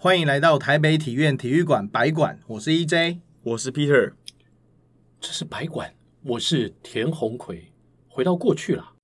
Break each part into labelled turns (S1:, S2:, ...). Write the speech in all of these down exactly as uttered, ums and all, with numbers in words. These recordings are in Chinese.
S1: 欢迎来到台北体院体育馆百馆，我是 E J，
S2: 我是 Peter，
S3: 这是百馆，我是田鸿奎，回到过去了。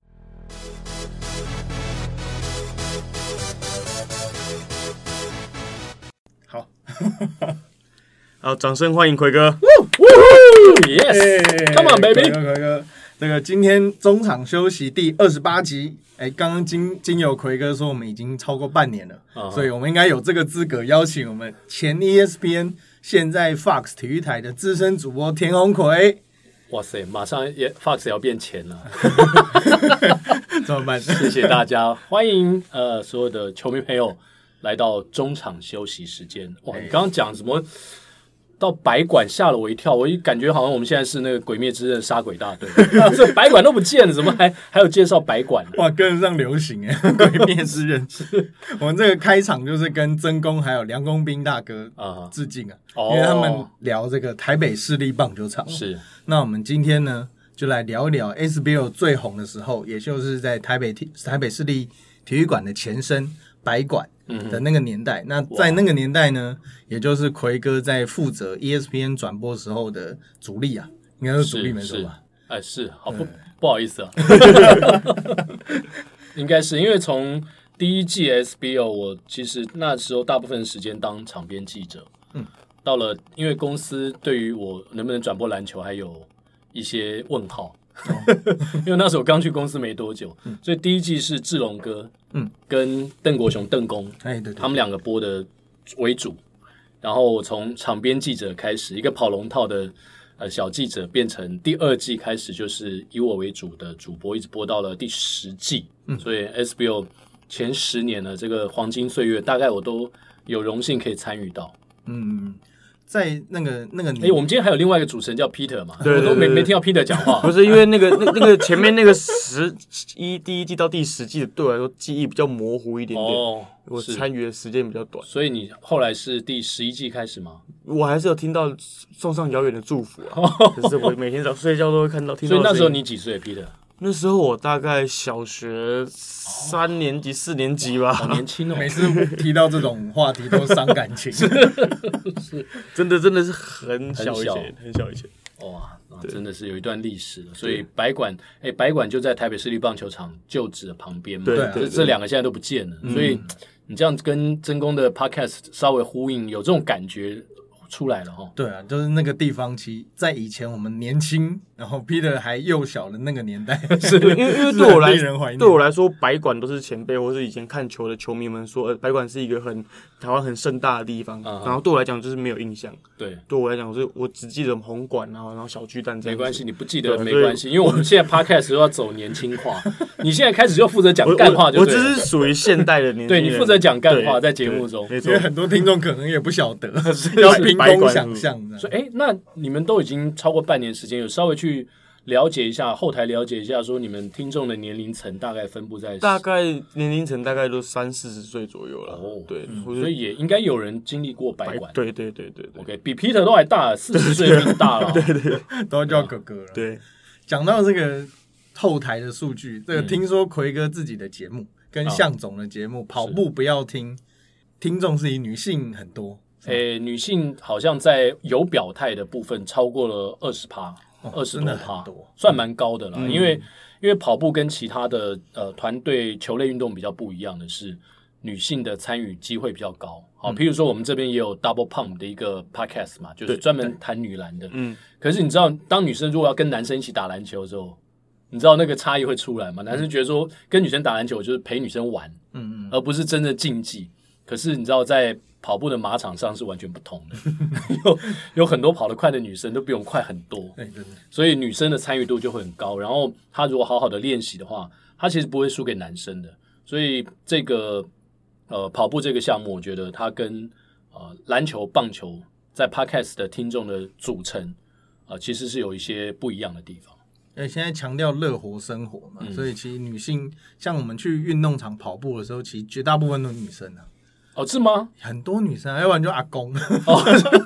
S1: 好，
S2: 好，掌声欢迎奎哥。
S3: Yes，Come on baby，
S1: 奎哥，奎哥，这个今天中场休息第二十八集。哎，刚刚经经由奎哥说，我们已经超过半年了， uh-huh. 所以我们应该有这个资格邀请我们前 E S P N 现在 Fox 体育台的资深主播田鸿奎。
S3: 哇塞，马上也 Fox 要变钱了，
S1: 怎么办？
S3: 谢谢大家，欢迎呃所有的球迷朋友来到中场休息时间。哇，你刚刚讲什么？到百馆吓了我一跳，我一感觉好像我们现在是那个鬼灭之刃杀鬼大队，这百馆都不见了，怎么还还有介绍百馆？
S1: 哇，跟得上流行哎！鬼灭之刃，我们这个开场就是跟曾公还有梁公斌大哥致敬啊，
S3: 哦、
S1: 因为他们聊这个台北市立棒球场。
S3: 是，
S1: 那我们今天呢，就来聊一聊 S B L 最红的时候，也就是在台北体台北市立体育馆的前身百馆的那个年代，嗯、那在那个年代呢，也就是奎哥在负责 E S P N 转播时候的主力啊，应该是主力没错吧？
S3: 哎，是，好不不好意思啊，应该是因为从第一季 S B L， 我其实那时候大部分时间当场边记者，嗯，到了因为公司对于我能不能转播篮球还有一些问号。因为那时候我刚去公司没多久，嗯、所以第一季是志龙哥，嗯，跟邓国雄、邓公，
S1: 哎，对，
S3: 他们两个播的为主。然后我从场边记者开始，一个跑龙套的呃小记者，变成第二季开始就是以我为主的主播，一直播到了第十季。嗯，所以 S B L 前十年的这个黄金岁月，大概我都有荣幸可以参与到。
S1: 嗯。在那个那个年，
S3: 哎、欸，我们今天还有另外一个主持人叫 Peter 嘛？
S2: 对，
S3: 对， 对， 对，我都没没听到 Peter 讲话。
S2: 不是因为那个那那个前面那个十一第一季到第十季的对我来说记忆比较模糊一点点，哦，我参与的时间比较短。
S3: 所以你后来是第十一季开始吗？
S2: 我还是有听到送上遥远的祝福啊，可是我每天早睡觉都会看到听到。
S3: 所以那时候你几岁 ，Peter？
S2: 那时候我大概小学三年级、哦、四年级吧，
S3: 好年轻哦。
S1: 每次提到这种话题都伤感情，
S3: 是
S2: 真的真的是很小以前，很小以前。
S3: 哇，真的是有一段历史了。所以百馆，哎、欸，百馆就在台北市立棒球场旧址的旁边嘛。
S2: 对，
S3: 这这两个现在都不见了，嗯、所以你这样跟真公的 podcast 稍微呼应，有这种感觉。出来了哈，
S1: 对啊，就是那个地方，其实在以前我们年轻，然后 Peter 还幼小的那个年代，
S2: 是因为因为对我来对我来说，百馆都是前辈或是以前看球的球迷们说，呃，百馆是一个很台湾很盛大的地方，嗯、然后对我来讲就是没有印象。
S3: 对，
S2: 对我来讲，我我只记得红馆，然后然后小巨蛋这样。
S3: 没关系，你不记得没关系，因为我们现在 podcast 都要走年轻化，你现在开始就负责讲干话就对了。
S2: 我只是属于现代的年轻人，
S3: 对你负责讲干话在节目中，
S1: 因为很多听众可能也不晓得，要凭空想象。
S3: 所以，哎，那你们都已经超过半年时间，有稍微去了解一下后台，了解一下，说你们听众的年龄层大概分布在
S2: 大概年龄层大概都三四十岁左右了。哦，对，
S3: 嗯、所以也应该有人经历过百馆。
S2: 对对对对对
S3: ，OK， 比 Peter 都还大，四十岁比你大了、哦。
S2: 对对对，
S1: 都要叫哥哥了。
S2: 对，
S1: 讲到这个后台的数据，这个听说奎哥自己的节目、嗯、跟向总的节目《跑步不要听》，听众是以女性很多。
S3: 诶，女性好像在有表态的部分超过了二十趴，二十多趴，算蛮高的啦。嗯、因为因为跑步跟其他的呃团队球类运动比较不一样的是，女性的参与机会比较高。好，譬如说我们这边也有 Double Pump 的一个 podcast 嘛，就是专门谈女篮的。嗯，可是你知道，当女生如果要跟男生一起打篮球的时候，你知道那个差异会出来吗？男生觉得说跟女生打篮球就是陪女生玩，嗯嗯，而不是真的竞技。可是你知道在跑步的马场上是完全不同的，有有很多跑得快的女生都比我们快很多，对对对，所以女生的参与度就会很高。然后她如果好好的练习的话，她其实不会输给男生的。所以这个呃跑步这个项目，我觉得它跟呃篮球、棒球在 Podcast 的听众的组成啊、呃，其实是有一些不一样的地方。
S1: 呃，现在强调乐活生活嘛、嗯，所以其实女性像我们去运动场跑步的时候，其实绝大部分都是女生啊。
S3: 哦，是吗？
S1: 很多女生，要不然就阿公。哦，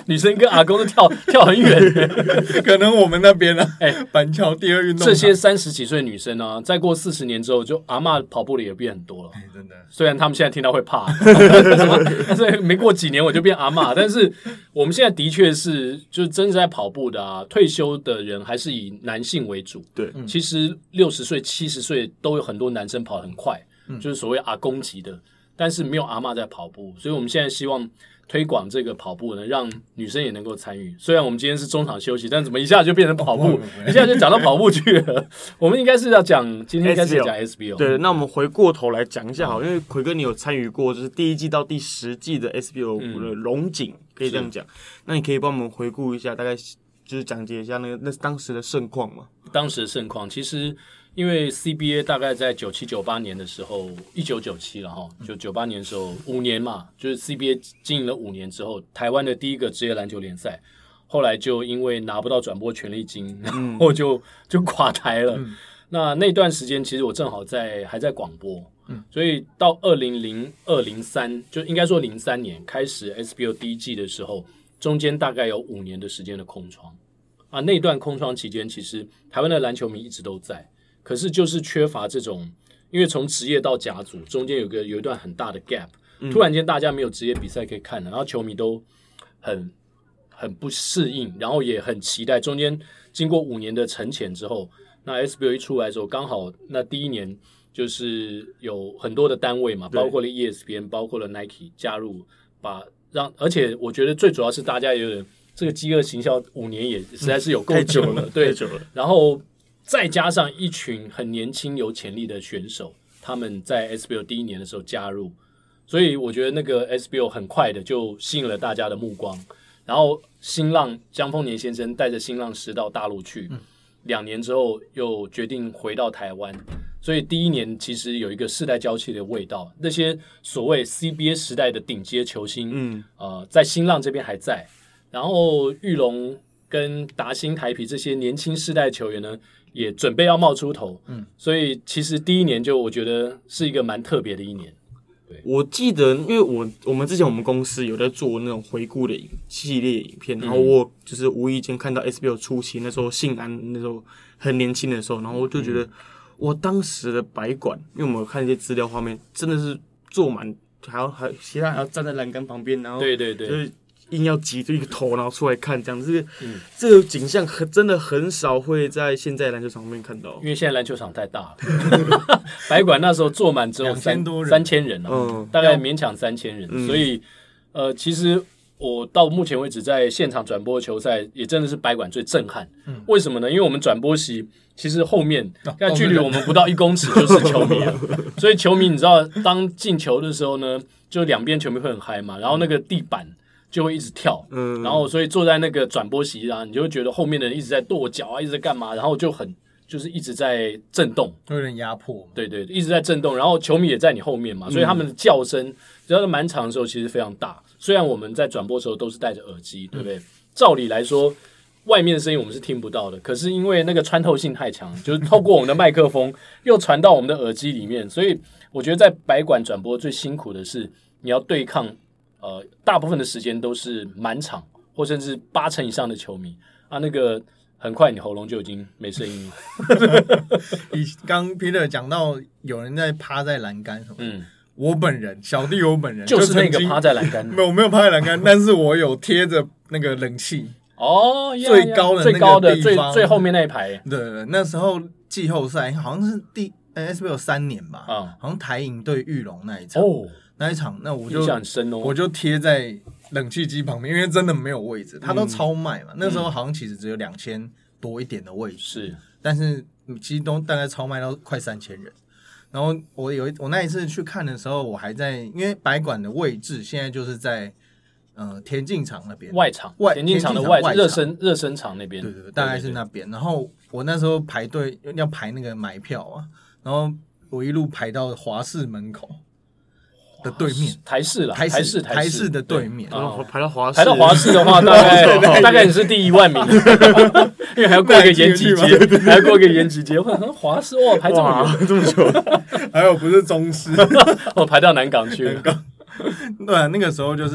S3: 女生跟阿公都跳跳很远，
S1: 可能我们那边啊，哎、欸，板桥第二运动场，
S3: 这些三十几岁女生啊，再过四十年之后，就阿嬷跑步的也变很多了。
S1: 欸、真的，
S3: 虽然他们现在听到会怕，所以没过几年我就变阿嬷，但是我们现在的确是，就是真正在跑步的啊，退休的人还是以男性为主。
S2: 对，
S3: 嗯、其实六十岁、七十岁都有很多男生跑得很快，嗯、就是所谓阿公级的。但是没有阿嬷在跑步，所以我们现在希望推广这个跑步呢，让女生也能够参与。虽然我们今天是中场休息，但怎么一下就变成跑步，一下就讲到跑步去了。我们应该是要讲，今天应该是讲 S B O。
S2: 对，那我们回过头来讲一下好，因为奎哥你有参与过，就是第一季到第十季的 S B O 的龙井，嗯、可以这样讲。那你可以帮我们回顾一下，大概就是讲解一下那个那当时的盛况嘛？
S3: 当时的盛况其实。因为 C B A 大概在九七九八年的时候，一九九七了哈，就九八年的时候，五年嘛，就是 C B A 经营了五年之后，台湾的第一个职业篮球联赛，后来就因为拿不到转播权利金，然后就就垮台了。嗯、那那段时间其实我正好在还在广播，嗯、所以到二零零二零三就应该说零三年开始 S B O 第一季的时候，中间大概有五年的时间的空窗啊。那段空窗期间，其实台湾的篮球迷一直都在。可是就是缺乏这种，因为从职业到甲组中间有个有一段很大的 gap，、嗯、突然间大家没有职业比赛可以看了，然后球迷都很很不适应，然后也很期待。中间经过五年的沉潜之后，那 S B O 一出来的时候，刚好那第一年就是有很多的单位嘛，包括了 E S P N， 包括了 Nike 加入，把让而且我觉得最主要是大家有点这个饥饿行销五年也实在是有够久了，
S2: 嗯、
S3: 对，
S2: 太久了，
S3: 然后。再加上一群很年轻有潜力的选手，他们在 S B O 第一年的时候加入，所以我觉得那个 S B O 很快的就吸引了大家的目光。然后新浪江丰年先生带着新浪师到大陆去，嗯、两年之后又决定回到台湾，所以第一年其实有一个世代交替的味道。那些所谓 C B A 时代的顶阶球星，嗯，呃，在新浪这边还在，然后裕隆跟达兴台啤这些年轻世代球员呢。也准备要冒出头，嗯，所以其实第一年就我觉得是一个蛮特别的一年。对，
S2: 我记得，因为我我们之前我们公司有在做那种回顾的系列影片，然后我就是无意间看到 S B O 初期那时候信安那时候很年轻的时候，然后我就觉得，嗯、我当时的百馆，因为我们有看一些资料画面，真的是坐满，还要还其他还要站在栏杆旁边，然后
S3: 对对对，
S2: 就是硬要挤出一个头，然后出来看这样子，这个、嗯、这个景象很真的很少会在现在篮球场上面看到，
S3: 因为现在篮球场太大了。百馆那时候坐满只有三三千人啊，嗯、大概勉强三千人，嗯、所以呃，其实我到目前为止在现场转播球赛，也真的是百馆最震撼。嗯、为什么呢？因为我们转播席其实后面，那、哦、距离我们不到一公尺就是球迷了，所以球迷你知道，当进球的时候呢，就两边球迷会很嗨嘛，然后那个地板。就会一直跳，嗯，然后所以坐在那个转播席啊，你就会觉得后面的人一直在跺脚啊，一直在干嘛，然后就很就是一直在震动，
S1: 有点压迫，
S3: 对对，一直在震动，然后球迷也在你后面嘛，所以他们的叫声，只要是满场的时候其实非常大。虽然我们在转播的时候都是戴着耳机，对不对？嗯、照理来说，外面的声音我们是听不到的，可是因为那个穿透性太强，就是透过我们的麦克风又传到我们的耳机里面，所以我觉得在百馆转播最辛苦的是你要对抗。呃，大部分的时间都是满场，或甚至八成以上的球迷啊，那个很快你喉咙就已经没声音了。
S1: 刚 Peter 讲到有人在趴在栏杆什么，嗯，我本人小弟我本人
S3: 就是那个趴在栏杆，
S1: 没有没有趴在栏杆，但是我有贴着那个冷气
S3: 哦，
S1: 最高的
S3: 最高的最最后面那一排，
S1: 对对对，那时候季后赛好像是第 S B O 三年吧，啊、嗯，好像台银对裕隆那一场。哦那一场，那我就
S3: 印象很深哦，
S1: 我就贴在冷气机旁边，因为真的没有位置，它都超卖嘛。嗯、那时候好像其实只有两千多一点的位置，
S3: 是，
S1: 但是其实都大概超卖到快三千人。然后我有一我那一次去看的时候，我还在，因为百馆的位置现在就是在呃田径场那边
S3: 外场，
S1: 外
S3: 田径场的外热身热身场那边，
S1: 对对对，大概是那边。然后我那时候排队要排那个买票啊，然后我一路排到华视门口。的对面
S3: 台视啦，
S1: 台
S3: 视
S1: 台视的对面，
S2: 然后排到华视，
S3: 排到华视的话，大概大概你是第一万名，因为还要过一个延吉街，还要过一个延吉街。我想华视哇，排这么远
S2: 这么久，
S1: 还有不是中视，
S3: 我排到南港去。
S1: 对啊，那个时候就是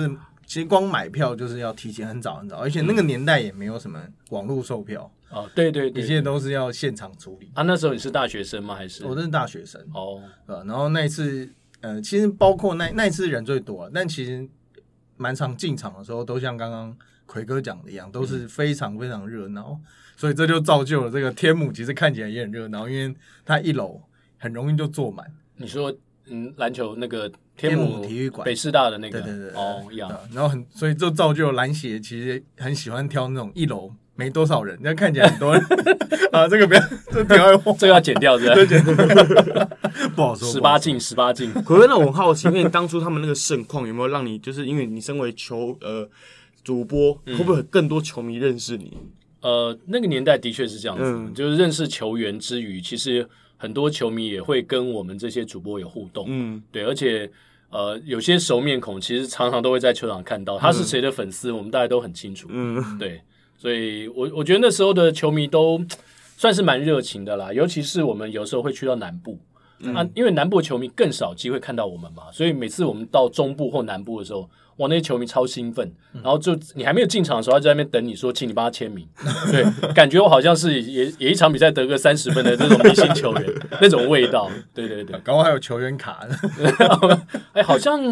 S1: 其实光买票就是要提前很早很早，而且那个年代也没有什么网络售票。
S3: 哦，对对对，
S1: 一切都是要现场处理。
S3: 啊，那时候你是大学生吗？还是
S1: 我真是大学生
S3: 哦。
S1: 呃，然后那一次，呃，其实包括那那一次人最多，但其实蛮常进场的时候，都像刚刚奎哥讲的一样，都是非常非常热闹。嗯、所以这就造就了这个天母其实看起来也很热闹，因为它一楼很容易就坐满。
S3: 你说，嗯，篮球那个
S1: 天
S3: 母
S1: 母体育馆，
S3: 北师大的那个，
S1: 对对对，
S3: 哦一样。
S1: 然后很，所以就造就了篮协其实很喜欢挑那种一楼。没多少人，那看起来很多人啊，这个不要，这题外话，
S3: 这个要剪掉，对
S1: 不好说。
S3: 十八禁，十八禁。
S2: 可是那我很好奇，因为当初他们那个盛况有没有让你，就是因为你身为球呃主播，嗯、会不会有更多球迷认识你？
S3: 呃，那个年代的确是这样子，嗯、就是认识球员之余，其实很多球迷也会跟我们这些主播有互动，嗯，对，而且。呃，有些熟面孔其实常常都会在球场看到，他是谁的粉丝，嗯、我们大家都很清楚。嗯，对，所以我我觉得那时候的球迷都算是蛮热情的啦，尤其是我们有时候会去到南部，嗯、啊，因为南部球迷更少机会看到我们嘛，所以每次我们到中部或南部的时候，哇，那些球迷超兴奋，然后就你还没有进场的时候，他就在那边等你说，请你帮他签名。对，感觉我好像是也也一场比赛得个三十分的这种明星球员那种味道。对对对，
S1: 搞不好还有球员卡呢。
S3: 哎，好像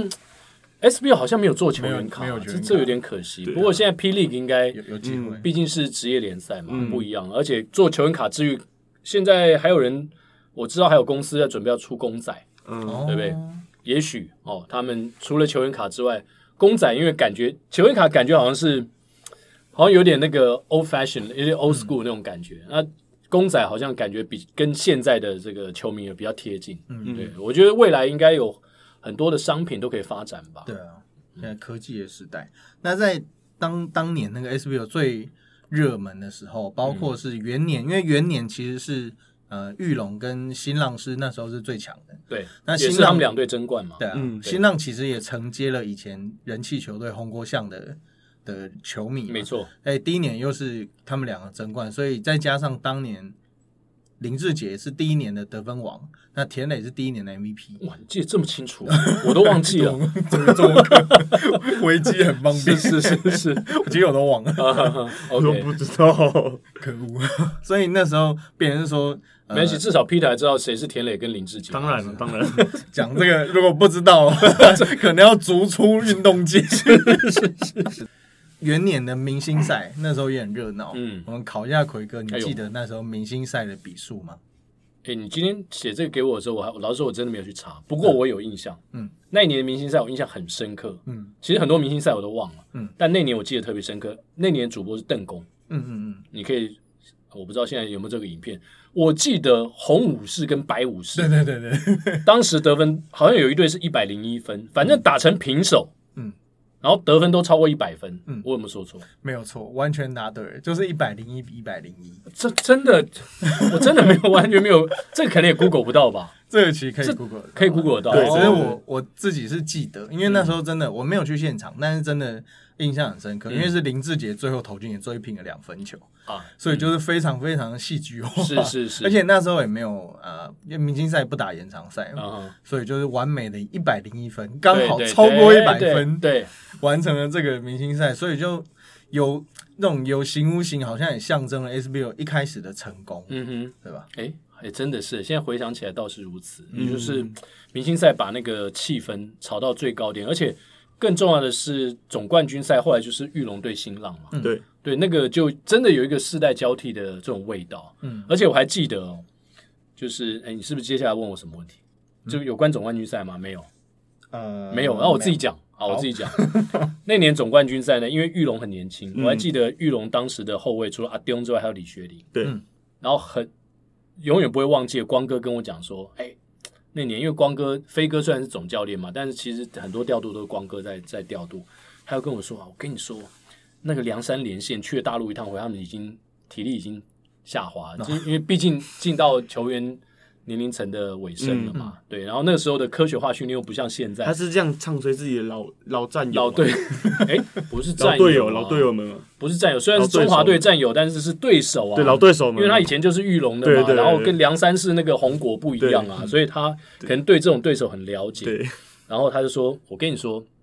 S3: S B O 好像没有做球员卡，
S1: 没有，没有
S3: 这这有点可惜。不过现在 P League 应该
S1: 有有机会，
S3: 毕竟是职业联赛嘛，嗯、不一样。而且做球员卡之余，现在还有人我知道还有公司在准备要出公仔，嗯，对不对？也许哦，他们除了球员卡之外。公仔因为感觉球员卡感觉好像是好像有点那个 old fashion 有点 old school 那种感觉，嗯、那公仔好像感觉比跟现在的这个球迷也比较贴近。嗯，对，我觉得未来应该有很多的商品都可以发展吧。
S1: 对啊，现在科技的时代。那在当当年那个 S B O 最热门的时候，包括是元年，嗯、因为元年其实是。呃，裕隆跟新浪是那时候是最强的，
S3: 对，
S1: 那新浪
S3: 也是他们两队争冠嘛，
S1: 对啊，嗯、对新浪其实也承接了以前人气球队红国象的的球迷，
S3: 没错，
S1: 哎，第一年又是他们两个争冠，所以再加上当年林志杰是第一年的得分王，那田磊是第一年的 M V P，
S3: 哇，你记得这么清楚，我都忘记了，
S1: 怎么这么危机很方便，
S3: 是是是是，
S1: 我其实我都忘了，
S2: 我都不知道，
S1: 可恶，所以那时候别人是说。
S3: 没关系，至少 Peter 还知道谁是田磊跟林志杰。
S2: 当然了，当然。
S1: 讲这个如果不知道，可能要逐出运动界。是是是。元年的明星赛那时候也很热闹。嗯，我们考一下奎哥，你记得那时候明星赛的比数吗？
S3: 哎、欸，你今天写这个给我的时候，我还老实说，我真的没有去查。不过我有印象。嗯，那一年的明星赛我印象很深刻。嗯，其实很多明星赛我都忘了。嗯，但那年我记得特别深刻。那年主播是邓公。嗯嗯嗯，你可以。我不知道现在有没有这个影片，我记得红武士跟白武士，
S1: 对对对对，
S3: 当时得分好像有一队是一百零一分，反正打成平手，嗯，然后得分都超过一百分，嗯，我有没有说错？
S1: 没有错，完全答对，就是一百零一比一百零一，
S3: 这真的，我真的没有完全没有，这个可能也 Google 不到吧？
S1: 这个其实可以 Google
S3: 可以 Google 得到，
S1: 对，只是我我自己是记得，因为那时候真的我没有去现场，但是真的印象很深刻，因为是林志杰最后投进也追平了两分球啊，所以就是非常非常的戏剧化，
S3: 是是是，
S1: 而且那时候也没有呃，因为明星赛不打延长赛嘛，所以就是完美的一百零一分，刚好超过一百分，
S3: 对，
S1: 完成了这个明星赛，所以就有那种有形无形，好像也象征了 S B O 一开始的成功，嗯哼，对吧？
S3: 哎。哎，真的是，现在回想起来倒是如此。也、嗯、就是明星赛把那个气氛炒到最高点，而且更重要的是总冠军赛后来就是裕隆对新浪嘛。
S2: 嗯、对
S3: 对，那个就真的有一个世代交替的这种味道。嗯，而且我还记得哦，就是哎，你是不是接下来问我什么问题？嗯、就有关总冠军赛吗？没有，呃，没有。然后我自己讲，好，我自己讲。那年总冠军赛呢，因为裕隆很年轻，嗯、我还记得裕隆当时的后卫除了阿丢之外，还有李学林。
S2: 对，
S3: 嗯、然后很。永远不会忘记光哥跟我讲说，哎、欸，那年因为光哥飞哥虽然是总教练嘛，但是其实很多调度都是光哥在在调度。他又跟我说啊，我跟你说，那个梁山连线去了大陆一趟回，他们已经体力已经下滑了，因为毕竟进到球员年龄层的尾声了嘛，嗯、对。然后那个时候的科学化训练又不像现在，
S2: 他是这样唱衰自己的老老战友，
S3: 老队，哎，不是战
S2: 友，老队友，老队友们，
S3: 不是战友，虽然是中华队战友，但是是对手啊，
S2: 对老对手们，
S3: 因为他以前就是裕隆的嘛，
S2: 对对对对，
S3: 然后跟梁山是那个红果不一样啊，所以他可能对这种对手很了解。
S2: 对，
S3: 然后他就说：“我跟你说，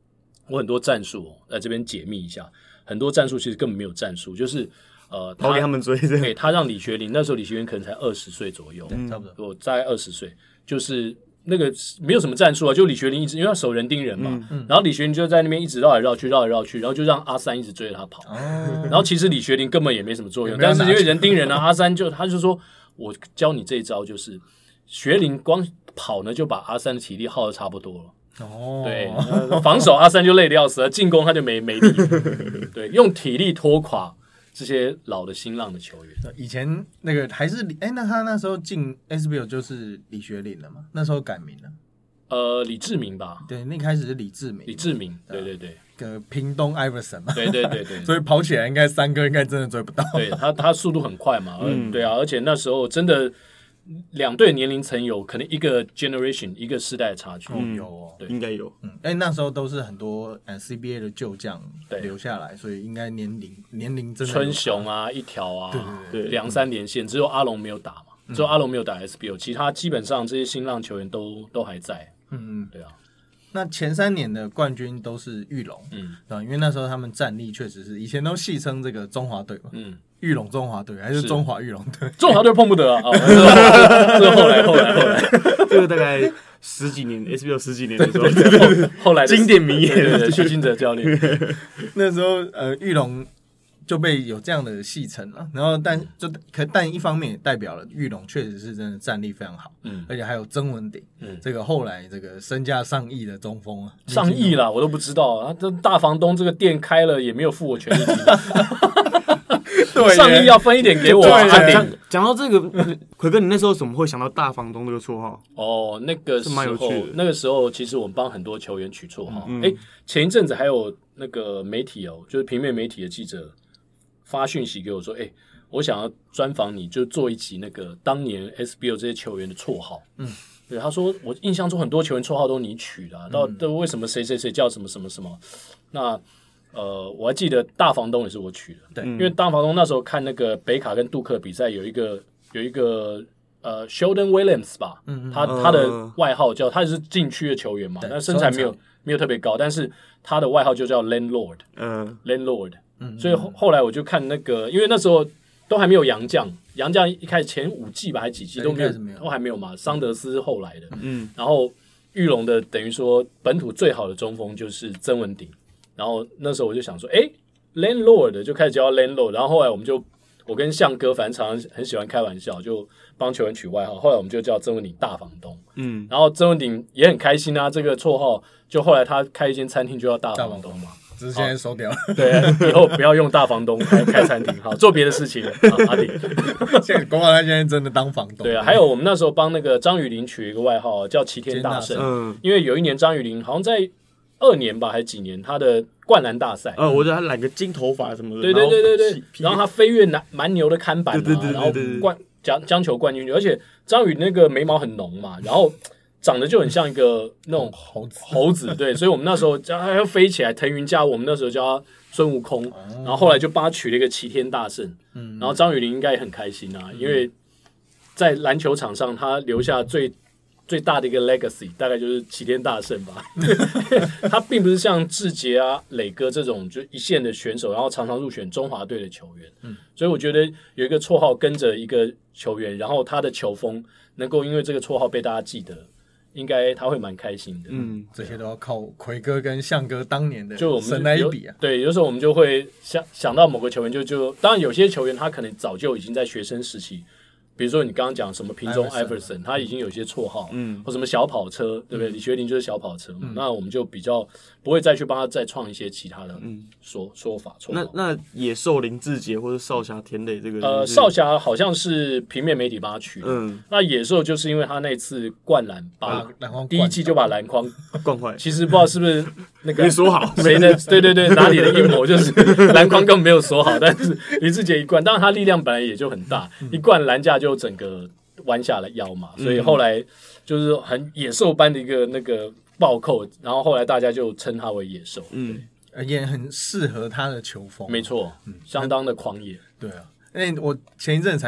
S3: 我很多战术在这边解密一下，很多战术其实根本没有战术，就是呃，
S2: 跑给他们追，
S3: 对，他让李学林那时候李学林可能才二十岁左右，
S1: 嗯、差不多，
S3: 我大概二十岁，就是那个没有什么战术啊，就李学林一直因为他守人盯人嘛，嗯嗯、然后李学林就在那边一直绕来绕去，绕来绕去，然后就让阿三一直追着他跑，哦、然后其实李学林根本也没什么作用，但是因为人盯人啊，阿三就他就说，我教你这一招，就是学林光跑呢就把阿三的体力耗得差不多了。哦，对，防守阿三就累得要死了，进攻他就没没力，对，用体力拖垮这些老的新浪的球员。
S1: 以前那个还是哎，那他那时候进 S B L 就是李学林了嘛？那时候改名了，
S3: 呃，李志明吧？
S1: 对，那开始是李志明，
S3: 李志明，对对对，
S1: 个屏东 Iverson 嘛，
S3: 对对对对，
S1: 所以跑起来应该三哥应该真的追不到。
S3: 对他，他速度很快嘛，嗯，对啊，而且那时候真的。两队年龄层有可能一个 generation 一个世代的差距，
S1: 嗯、有哦，
S2: 对，应该有。
S1: 嗯，哎，那时候都是很多呃 C B A 的旧将留下来，所以应该年龄年龄真的
S3: 春雄啊，一条啊，
S1: 对对对，
S3: 两三连线，只有阿龙没有打嘛，只有阿龙没有打 S B O， 其他基本上这些新浪球员都都还在。
S1: 嗯嗯，
S3: 对啊。
S1: 那前三年的冠军都是裕隆，嗯，啊，因为那时候他们战力确实是以前都戏称这个中华队嘛，嗯。裕隆中华队还是中华裕隆队？
S3: 中华队碰不得啊！这是后来后来后来，
S2: 这个大概十几年 S B O 十几年的时候，
S3: 后, 后来
S2: 经典名言，
S3: 对对，徐金哲教练
S1: 那时候呃裕隆就被有这样的戏称了，然后但就可但一方面也代表了裕隆确实是真的战力非常好，嗯，而且还有曾文鼎，嗯，这个后来这个身价上亿的中锋啊，
S3: 上亿啦，我都不知道啊，这大房东这个店开了也没有付我权利金。上亿要分一点给我啊！
S2: 讲讲到这个，奎哥，你那时候怎么会想到大房东这个绰号？
S3: 哦，那个时候，那个时候其实我们帮很多球员取绰号。哎、嗯欸，前一阵子还有那个媒体哦，就是平面媒体的记者发讯息给我说，哎、欸，我想要专访你，就做一集那个当年 S B O 这些球员的绰号。嗯，对，他说我印象中很多球员绰号都你取的、啊，到都、嗯、为什么谁谁谁叫什么什么什么？那呃，我还记得大房东也是我取的，对，因为大房东那时候看那个北卡跟杜克比赛，有一个有一个呃 Sheldon Williams 吧，嗯嗯他他的外号叫他是禁区的球员嘛，那身材没有没有特别高，但是他的外号就叫 Landlord， 嗯 Landlord， 嗯，所以后后来我就看那个，因为那时候都还没有洋将，洋将一开始前五季吧还几季都没有，都还没有嘛，桑德斯后来的，嗯，然后裕隆的等于说本土最好的中锋就是曾文鼎。然后那时候我就想说，哎 ，landlord 就开始叫 landlord， 然后后来我们就，我跟象哥反正常常很喜欢开玩笑，就帮球员取外号，后来我们就叫曾文鼎大房东，嗯，然后曾文鼎也很开心啊，这个绰号，就后来他开一间餐厅就叫大房东嘛，
S1: 只是现在收掉了，
S3: 对，以后不要用大房东开开餐厅，好做别的事情，好阿弟，
S1: 现在国王他现在真的当房东，
S3: 对啊，还有我们那时候帮那个张雨林取一个外号叫齐天大圣，嗯，因为有一年张雨林好像在。二年吧，还是几年？他的灌篮大赛，
S2: 呃，我觉得他染个金头发什么的，
S3: 对对对对对，然后他飞越蛮蛮牛的看板、啊，对对对对然后灌将将球灌进去，而且张宇那个眉毛很浓嘛，然后长得就很像一个那种猴子猴子，对，所以我们那时候叫他要飞起来腾云驾雾，我们那时候叫他孙悟空，哦、然后后来就帮他取了一个齐天大圣，嗯，然后张雨林应该也很开心啊，嗯、因为在篮球场上他留下最。最大的一个 legacy 大概就是齐天大圣吧，他并不是像志杰啊、磊哥这种就一线的选手，然后常常入选中华队的球员，嗯，所以我觉得有一个绰号跟着一个球员，然后他的球风能够因为这个绰号被大家记得，应该他会蛮开心的。
S1: 嗯，这些都要靠奎哥跟象哥当年的神来一笔啊。
S3: 对，有时候我们就会想想到某个球员就，就就当然有些球员他可能早就已经在学生时期。比如说你刚刚讲什么瓶中 Iverson， 他已经有一些绰号，嗯，或什么小跑车，对不对？嗯、李学林就是小跑车嘛，嗯、那我们就比较不会再去帮他再创一些其他的说、嗯、说法。
S2: 那那野兽林志杰或者少侠田磊这个，
S3: 呃，少侠好像是平面媒体帮他取的，嗯，那野兽就是因为他那次灌篮把第一季就把篮筐
S2: 灌坏，
S3: 其实不知道是不是那个
S2: 没锁好，
S3: 谁的对对对哪里的阴谋，就是篮筐根本没有锁好，但是林志杰一灌，当然他力量本来也就很大，一灌篮架就。就整个弯下了腰嘛，所以后来就是很野兽般的一个那个暴扣，然后后来大家就称他为野兽，嗯，
S1: 也很适合他的球风，
S3: 没错，嗯，相当的狂野，
S1: 对啊，因为我前一阵才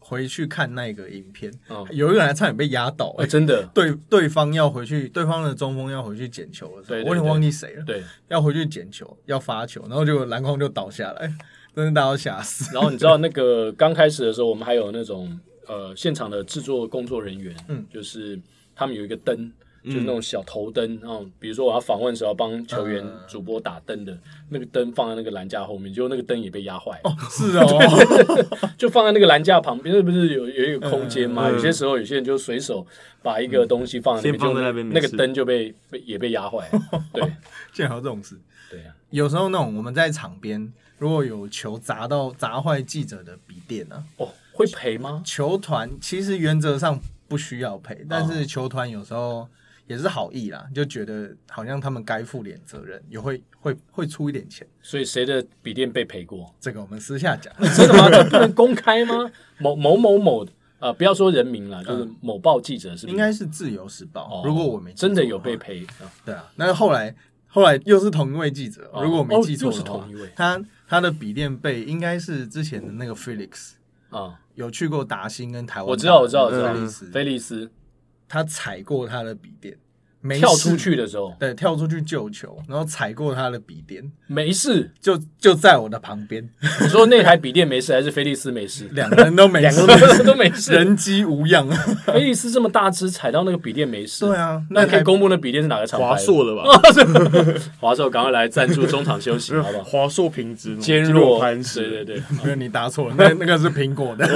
S1: 回去看那个影片，
S3: 嗯、
S1: 有一个人还差点被压倒、欸
S3: 欸，真的，
S1: 对，对方要回去，对方的中锋要回去捡球的时候，
S3: 对对对
S1: 我有点忘记谁了，
S3: 对，
S1: 要回去捡球，要发球，然后结果篮筐就倒下来，真的大家都吓死。
S3: 然后你知道那个刚开始的时候，我们还有那种呃现场的制作工作人员，嗯，就是他们有一个灯。就是那种小头灯，然后比如说我要访问的时候要帮球员主播打灯的、嗯、那个灯放在那个篮架后面，结果那个灯也被压坏了。
S1: 哦，是哦，
S3: 就放在那个篮架旁边，那不是有有一个空间吗、嗯？有些时候有些人就随手把一个东西放在那边，
S2: 就那边
S3: 那个灯就被被也被压坏了。对，
S1: 竟然有这种事。
S3: 对啊，
S1: 有时候那种我们在场边，如果有球砸到砸坏记者的笔电啊，
S3: 哦，会赔吗？
S1: 球团其实原则上不需要赔，但是球团有时候。也是好意啦，就觉得好像他们该负点责任，也会会会出一点钱。
S3: 所以谁的笔电被赔过？
S1: 这个我们私下讲。
S3: 真的吗？这不能公开吗？某某某某呃，不要说人名啦，就是某报记者是不是？
S1: 应该是自由时报、哦。如果我没记错
S3: 真的有被赔、啊，
S1: 对啊。那后来后来又是同一位记者，哦、如果我没记错的话，
S3: 哦、又是同一位。
S1: 他他的笔电被应该是之前的那个 Felix
S3: 啊，
S1: 有去过达兴跟台湾，
S3: 我知道我知道我知道，
S1: 菲利斯
S3: 菲利斯。
S1: 他踩过他的笔电，没
S3: 跳出去的时候，
S1: 对，跳出去救球，然后踩过他的笔电，
S3: 没事，
S1: 就就在我的旁边。
S3: 你说那台笔电没事，还是菲利斯没事？
S1: 两个人都没事，
S3: 两个人都没事，
S1: 人机无恙。
S3: 菲利斯这么大只，踩到那个笔电没事。
S1: 对啊，
S3: 那可以公布那笔电是哪个厂牌？
S2: 华硕的吧？
S3: 华硕，赶快来赞助中场休息，好不好？
S2: 华硕品质
S3: 坚若
S2: 磐石，
S3: 对对对，
S1: 没有你答错了，那那个是苹果的。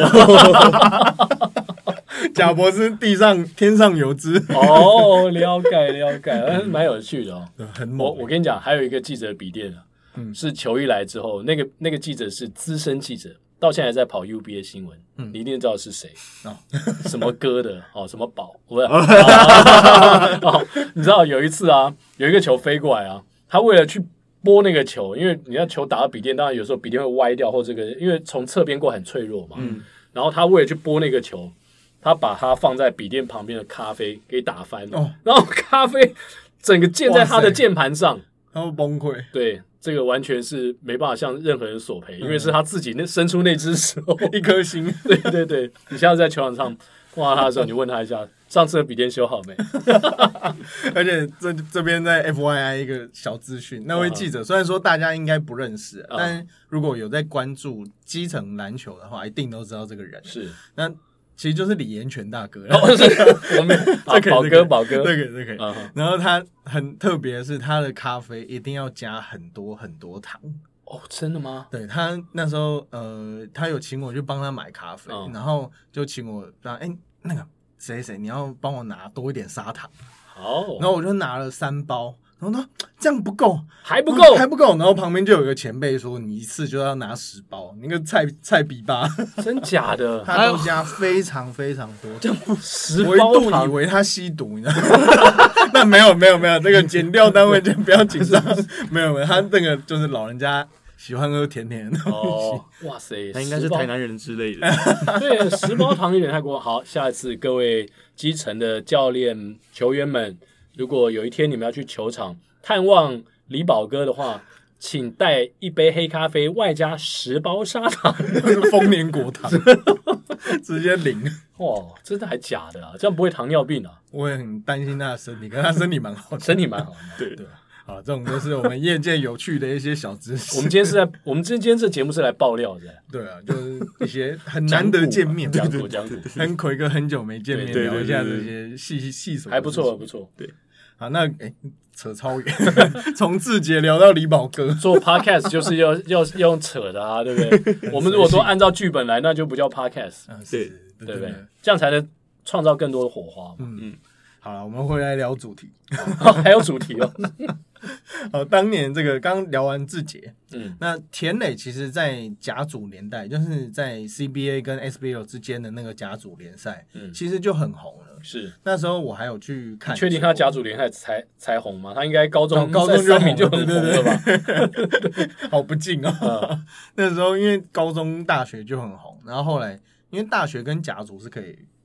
S1: 贾博士地上天上有知
S3: 哦，了解了解，蛮有趣的哦。
S1: 很猛、欸。
S3: 我我跟你讲，还有一个记者的笔电啊，嗯，是球一来之后，那个那个记者是资深记者，到现在还在跑 U B A 新闻，嗯，你一定知道是谁哦，什么歌的哦，什么宝，不是、啊哦，你知道有一次啊，有一个球飞过来啊，他为了去拨那个球，因为你要球打到笔电，当然有时候笔电会歪掉，或这个因为从侧边过很脆弱嘛，嗯，然后他为了去拨那个球。他把它放在笔电旁边的咖啡给打翻了、哦，然后咖啡整个溅在他的键盘上，
S1: 他会崩溃。
S3: 对，这个完全是没办法向任何人索赔、嗯，因为是他自己那伸出那只手
S1: 一颗心。
S3: 对对对，你下次在球场上碰到他的时候，你问他一下，上次的笔电修好没？
S1: 而且这这边在 F Y I 一个小资讯，那位记者、uh-huh. 虽然说大家应该不认识， uh-huh. 但如果有在关注基层篮球的话，一定都知道这个人。
S3: 是
S1: 那。其实就是李延全大哥，
S3: 哦、是我们这宝哥宝哥，
S1: 这可以这可以。Uh-huh. 然后他很特别的是，他的咖啡一定要加很多很多糖。
S3: 哦，真的吗？
S1: 对，他那时候呃，他有请我去帮他买咖啡， uh-huh. 然后就请我让哎那个谁谁你要帮我拿多一点砂糖。
S3: 好、oh.
S1: 然后我就拿了三包。然后呢，这样不够，
S3: 还不够，
S1: 还不够。然后旁边就有一个前辈说：“你一次就要拿十包，那个菜菜比吧，
S3: 真假的？
S1: 他都加非常非常多，
S3: 这十包
S1: 我一度以为他吸毒，你知道吗？那没有没有没有，这个检调单位就不要紧张，没有没有，他那个就是老人家喜欢喝甜甜的东西。
S3: 哦，哇塞，
S2: 他应该是台南人之类的。
S3: 对，十包糖有点太过。好，下一次各位基层的教练、球员们。如果有一天你们要去球场探望李宝哥的话，请带一杯黑咖啡，外加十包砂糖，
S1: 丰年果糖，直接领。
S3: 哇，真的还假的啊？这样不会糖尿病啊？
S1: 我也很担心他的身体，可是他身体蛮好的，
S3: 身体蛮好的。
S1: 对对。好，这种都是我们业界有趣的一些小知识。
S3: 我们今天是在，我们今天这节目是来爆料的。
S1: 对啊，就是一些很难得见面，
S3: 讲古讲古，
S1: 跟奎哥很久没见面，聊一下这些细细细琐，
S3: 还不错，不错。
S1: 对，好，那哎，扯超远，从志杰聊到李宝哥，
S3: 做 podcast 就是要要用扯的啊，对不对？我们如果说按照剧本来，那就不叫 podcast，
S1: 对
S3: 对不对？这样才能创造更多的火花。嗯嗯。
S1: 好了，我们回来聊主题，
S3: 还有主题哦。
S1: 好，当年这个刚聊完志杰，嗯，那田磊其实，在甲组年代，就是在 C B A 跟 S B L 之间的那个甲组联赛，嗯，其实就很红了。
S3: 是
S1: 那时候我还有去看，
S3: 确定他甲组联赛才才红吗？他应该高中高中三名就很红了吧？
S1: 好不敬哦。嗯、那时候因为高中大学就很红，然后后来因为大学跟甲组是可以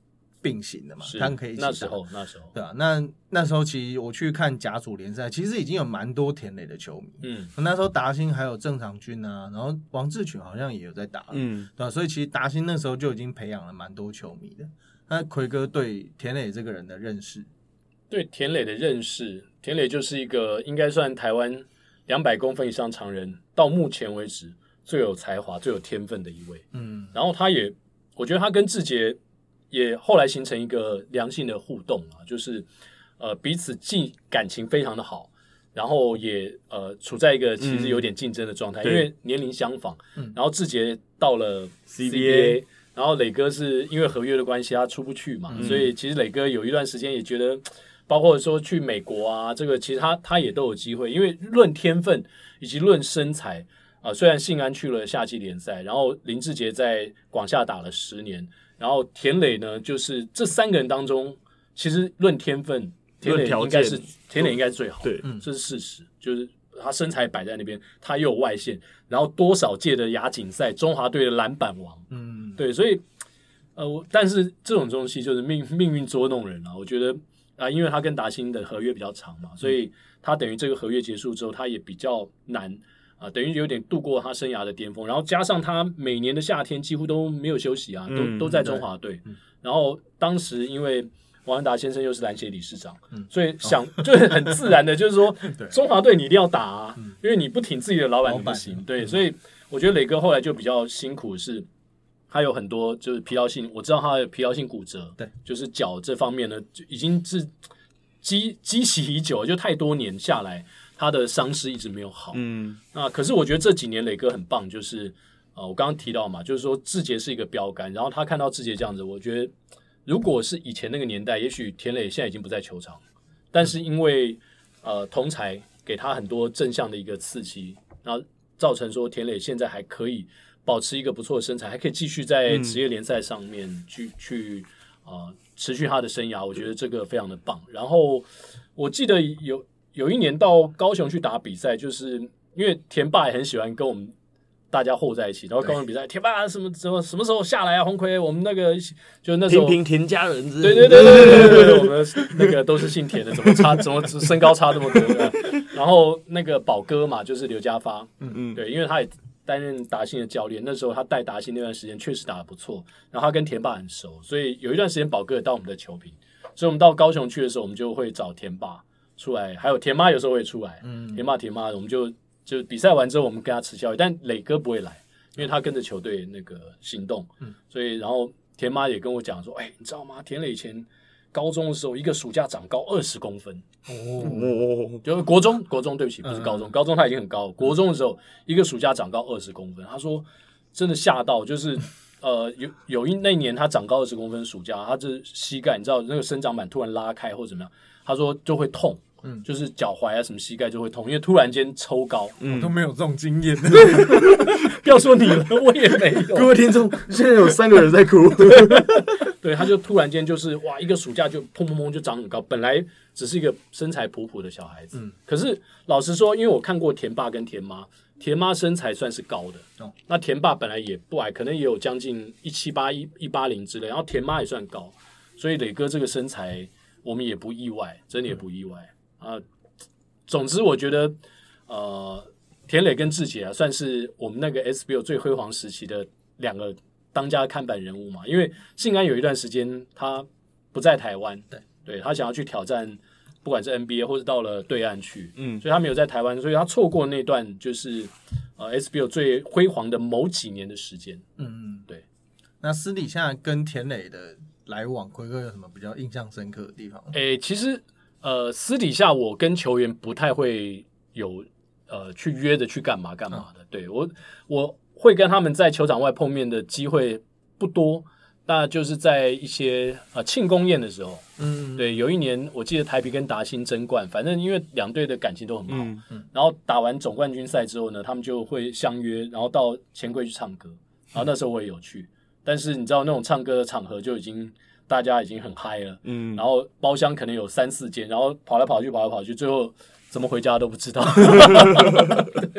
S1: 并行的嘛，他们可以一起打。
S3: 那时候那时候
S1: 对啊，那那时候其实我去看甲组联赛，其实已经有蛮多田磊的球迷。嗯，那时候达兴还有郑长军啊，然后王志群好像也有在打，嗯，对啊，所以其实达兴那时候就已经培养了蛮多球迷的。那奎哥对田磊这个人的认识？
S3: 对田磊的认识，田磊就是一个应该算台湾两百公分以上常人到目前为止最有才华、最有天分的一位。嗯，然后他也，我觉得他跟志杰也后来形成一个良性的互动啊，就是呃彼此既感情非常的好，然后也呃处在一个其实有点竞争的状态，嗯、因为年龄相仿。嗯，然后志杰到了 C B A， 然后磊哥是因为合约的关系他出不去嘛，嗯、所以其实磊哥有一段时间也觉得。包括说去美国啊，这个其实他他也都有机会，因为论天分以及论身材啊、呃，虽然信安去了夏季联赛，然后林志杰在广厦打了十年，然后田磊呢，就是这三个人当中，其实论天分，田磊应该是田磊应该是最好的，对，这是事实，就是他身材摆在那边，他又有外线，然后多少届的亚锦赛中华队的篮板王，嗯，对，所以呃，但是这种东西就是命命运捉弄人啊，我觉得。啊，因为他跟达兴的合约比较长嘛，所以他等于这个合约结束之后，他也比较难啊，等于有点度过他生涯的巅峰。然后加上他每年的夏天几乎都没有休息啊，嗯、都都在中华队。嗯、然后当时因为王安达先生又是篮协理事长，嗯、所以想、哦、就是很自然的，就是说中华队你一定要打啊，嗯、因为你不挺自己的老板不行。对，所以我觉得磊哥后来就比较辛苦的是。他有很多就是疲劳性，我知道他有疲劳性骨折，对，就是脚这方面呢，就已经是积积习已久，就太多年下来，他的伤势一直没有好。嗯，那可是我觉得这几年磊哥很棒，就是呃，我刚刚提到嘛，就是说志杰是一个标杆，然后他看到志杰这样子，我觉得如果是以前那个年代，也许田磊现在已经不在球场，但是因为呃同才给他很多正向的一个刺激，然后造成说田磊现在还可以。保持一个不错的身材，还可以继续在职业联赛上面去、嗯、去啊、呃、持续他的生涯，我觉得这个非常的棒。然后我记得有有一年到高雄去打比赛，就是因为田爸也很喜欢跟我们大家和在一起，然后高雄比赛，田爸什么什么什么时候下来啊？红奎，我们那个就那时候
S2: 平平田家人之类，
S3: 对对对对对对对，我们那个都是姓田的，怎么差怎么身高差这么多的？然后那个宝哥嘛，就是刘家发，嗯嗯，对，因为他也。担任达兴的教练，那时候他带达兴那段时间确实打得不错，然后他跟田爸很熟，所以有一段时间宝哥也到我们的球评，所以我们到高雄去的时候，我们就会找田爸出来，还有田妈有时候会出来，嗯，田爸田妈，我们就就比赛完之后，我们跟他吃宵夜，但磊哥不会来，因为他跟着球队那个行动，嗯，所以然后田妈也跟我讲说，哎，你知道吗？田磊以前高中的时候，一个暑假长高二十公分。哦，就是国中，国中对不起，不是高中，嗯、高中他已经很高了。国中的时候，一个暑假长高二十公分，他说真的吓到，就是呃，有有一那年他长高二十公分，暑假他这膝盖，你知道那个生长板突然拉开或者怎么样，他说就会痛，嗯，就是脚踝啊什么膝盖就会痛，因为突然间抽高，
S1: 嗯、我都没有这种经验，
S3: 不要说你了，我也没有。
S2: 各位听众，现在有三个人在哭。
S3: 对，他就突然间就是哇，一个暑假就砰砰砰就长很高，本来只是一个身材普普的小孩子，嗯、可是老实说，因为我看过田爸跟田妈，田妈身材算是高的，哦、那田爸本来也不矮，可能也有将近一七八一一八零之类，然后田妈也算高，所以磊哥这个身材我们也不意外，真的也不意外、嗯、啊。总之，我觉得呃，田磊跟志杰啊，算是我们那个 S B O 最辉煌时期的两个。当家看板人物嘛，因为信安有一段时间他不在台湾，对，对他想要去挑战，不管是 N B A 或者到了对岸去，嗯，所以他没有在台湾，所以他错过那段就是呃 S B O 最辉煌的某几年的时间，嗯嗯，对。
S1: 那私底下跟田磊的来往，奎哥有什么比较印象深刻的地方？
S3: 诶，其实呃私底下我跟球员不太会有呃去约着去干嘛干嘛的，嗯、对我我。会跟他们在球场外碰面的机会不多，那就是在一些呃庆功宴的时候，嗯，对，有一年我记得台啤跟达兴争冠，反正因为两队的感情都很好，嗯嗯，然后打完总冠军赛之后呢，他们就会相约，然后到钱柜去唱歌，然后那时候我也有去，但是你知道那种唱歌的场合就已经大家已经很嗨了，嗯，然后包厢可能有三四间，然后跑来跑去跑来跑去，最后。怎么回家都不知道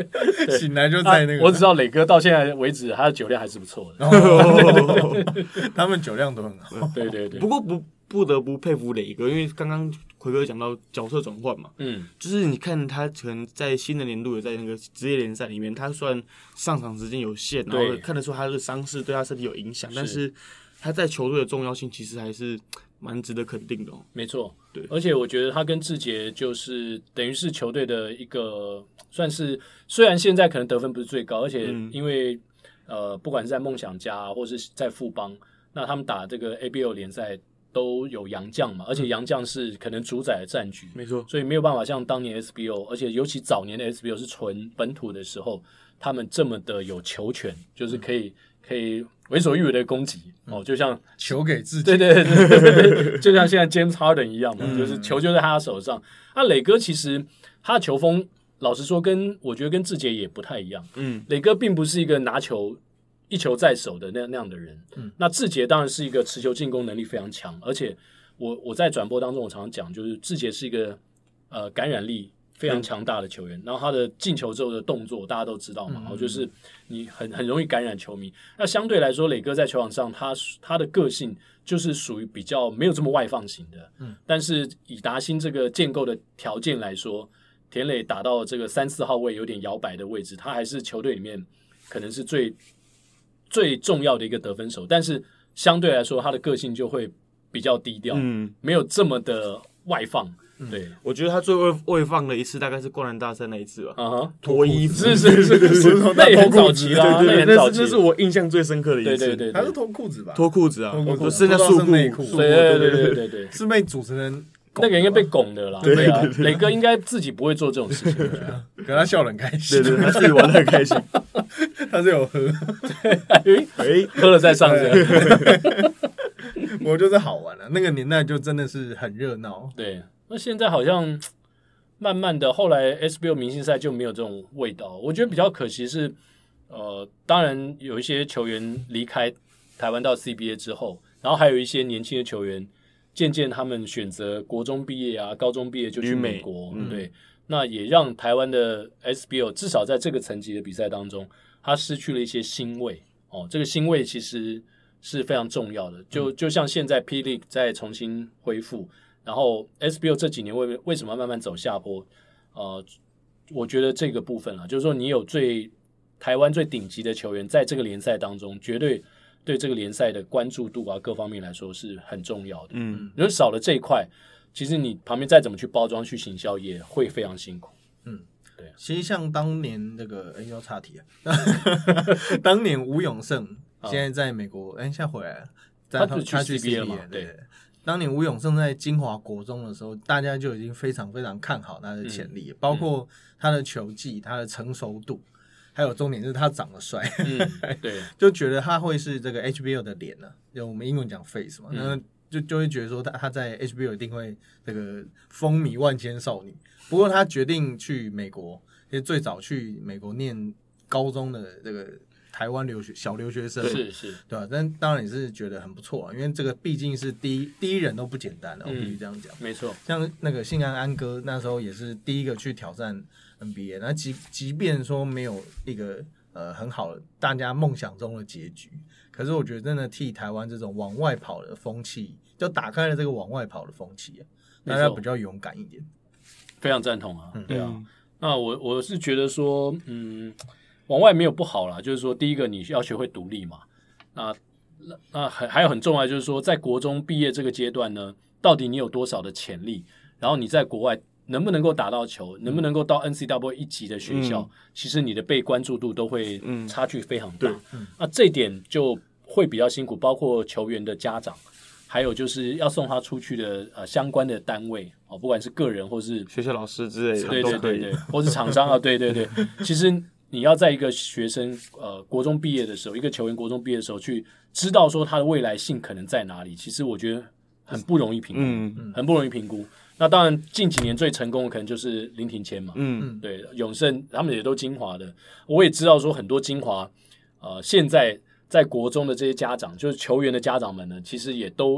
S1: 醒来就在那个、
S3: 啊。我只知道磊哥到现在为止，他的酒量还是不错的。
S1: 哦、他们酒量都很好。
S3: 对对对。
S2: 不过不不得不佩服磊哥，因为刚刚奎哥讲到角色转换嘛，嗯，就是你看他可能在新的年度也在那个职业联赛里面，他虽然上场时间有限，然后看得出他的伤势对他身体有影响，但是他在球队的重要性其实还是蛮值得肯定的、哦。
S3: 没错，
S2: 对，
S3: 而且我觉得他跟志杰就是等于是球队的一个算是，虽然现在可能得分不是最高，而且因为、嗯、呃不管是在梦想家或是在富邦，那他们打这个 A B L 联赛都有洋将嘛，而且洋将是可能主宰的战局，
S2: 没错，
S3: 所以没有办法像当年 S B O， 而且尤其早年的 S B O 是纯本土的时候，他们这么的有球权，就是可以、嗯、可以为所欲为的攻击、嗯、哦，就像
S1: 球给自己，
S3: 对对 对, 对, 对, 对就像现在 James Harden 一样嘛、嗯，就是球就在他手上。那、啊、磊哥其实他的球风，老实说跟，跟我觉得跟志杰也不太一样。嗯，磊哥并不是一个拿球一球在手的那那样的人。嗯，那志杰当然是一个持球进攻能力非常强，而且我我在转播当中我常常讲，就是志杰是一个呃感染力非常强大的球员，然后他的进球之后的动作大家都知道嘛，嗯、就是你很很容易感染球迷。那相对来说，磊哥在球场上他他的个性就是属于比较没有这么外放型的。嗯，但是以达欣这个建构的条件来说，田磊打到这个三四号位有点摇摆的位置，他还是球队里面可能是最最重要的一个得分手，但是相对来说他的个性就会比较低调，嗯，没有这么的外放。对、嗯，
S2: 我觉得他最外放的一次大概是灌篮大赛那一次吧，啊哈，脱衣服，
S3: 是是是是，那也很早期啦，
S2: 对对对，
S3: 那
S2: 那是我印象最深刻的一次，
S3: 对对对，
S1: 他是脱裤子吧？
S2: 脱裤子啊，
S1: 我
S2: 剩下束
S1: 内裤，
S3: 对对对对对对，
S1: 是被主持人
S3: 那个应该被拱的啦，对啊，磊哥应该自己不会做这种事情的，
S1: 可他笑得很开心，
S2: 对对，他自己玩得很开心，
S1: 他是有喝，
S3: 对，哎，喝了再上的，
S1: 我就是好玩了，那个年代就真的是很热闹，
S3: 对。那现在好像慢慢的，后来 S B O 明星赛就没有这种味道。我觉得比较可惜是，呃，当然有一些球员离开台湾到 C B A 之后，然后还有一些年轻的球员，渐渐他们选择国中毕业啊、高中毕业就去美国，嗯、对，那也让台湾的 S B O 至少在这个层级的比赛当中，他失去了一些腥味哦。这个腥味其实是非常重要的，就就像现在 P League 在重新恢复。然后 S B O 这几年为为什么慢慢走下坡？呃，我觉得这个部分啊，就是说你有最台湾最顶级的球员在这个联赛当中，绝对对这个联赛的关注度啊各方面来说是很重要的。嗯，如果少了这一块，其实你旁边再怎么去包装去行销也会非常辛苦。
S1: 嗯，对。其实像当年那个，哎，要岔题啊，当年吴永胜现在在美国，哎，现在回来了，
S3: 他就去 C B A 了嘛，对。
S1: 对当年吴永胜在金华国中的时候，大家就已经非常非常看好他的潜力，嗯、包括他的球技、他的成熟度，还有重点是他长得帅，
S3: 嗯、对，
S1: 就觉得他会是这个 H B O 的脸呢、啊，就我们英文讲 face 嘛，那、嗯、就就会觉得说他他在 H B O 一定会这个风靡万千少女。不过他决定去美国，因为最早去美国念高中的这个。台湾留学小留学生
S3: 是是，
S1: 对吧、啊？但当然也是觉得很不错啊，因为这个毕竟是第一第一人都不简单的、啊，我必须这样讲。
S3: 没错，
S1: 像那个信安安哥那时候也是第一个去挑战 N B A， 那即即便说没有一个呃很好的大家梦想中的结局，可是我觉得真的替台湾这种往外跑的风气，就打开了这个往外跑的风气啊，大家比较勇敢一点。
S3: 非常赞同啊，嗯、对啊。那我我是觉得说，嗯。往外没有不好啦，就是说，第一个你要学会独立嘛。那那还还有很重要，就是说，在国中毕业这个阶段呢，到底你有多少的潜力？然后你在国外能不能够打到球，能不能够到 N C double A 一级的学校？嗯、其实你的被关注度都会差距非常大。嗯、那这一点就会比较辛苦，包括球员的家长，还有就是要送他出去的呃相关的单位哦，不管是个人或是
S2: 学校老师之类的，
S3: 对对对对，或是厂商啊，对对对，其实。你要在一个学生呃国中毕业的时候，一个球员国中毕业的时候去知道说他的未来性可能在哪里，其实我觉得很不容易评估，嗯、很不容易评估。那当然近几年最成功的可能就是林庭谦嘛，嗯，对，永盛他们也都精华的。我也知道说很多精华，呃，现在在国中的这些家长，就是球员的家长们呢，其实也都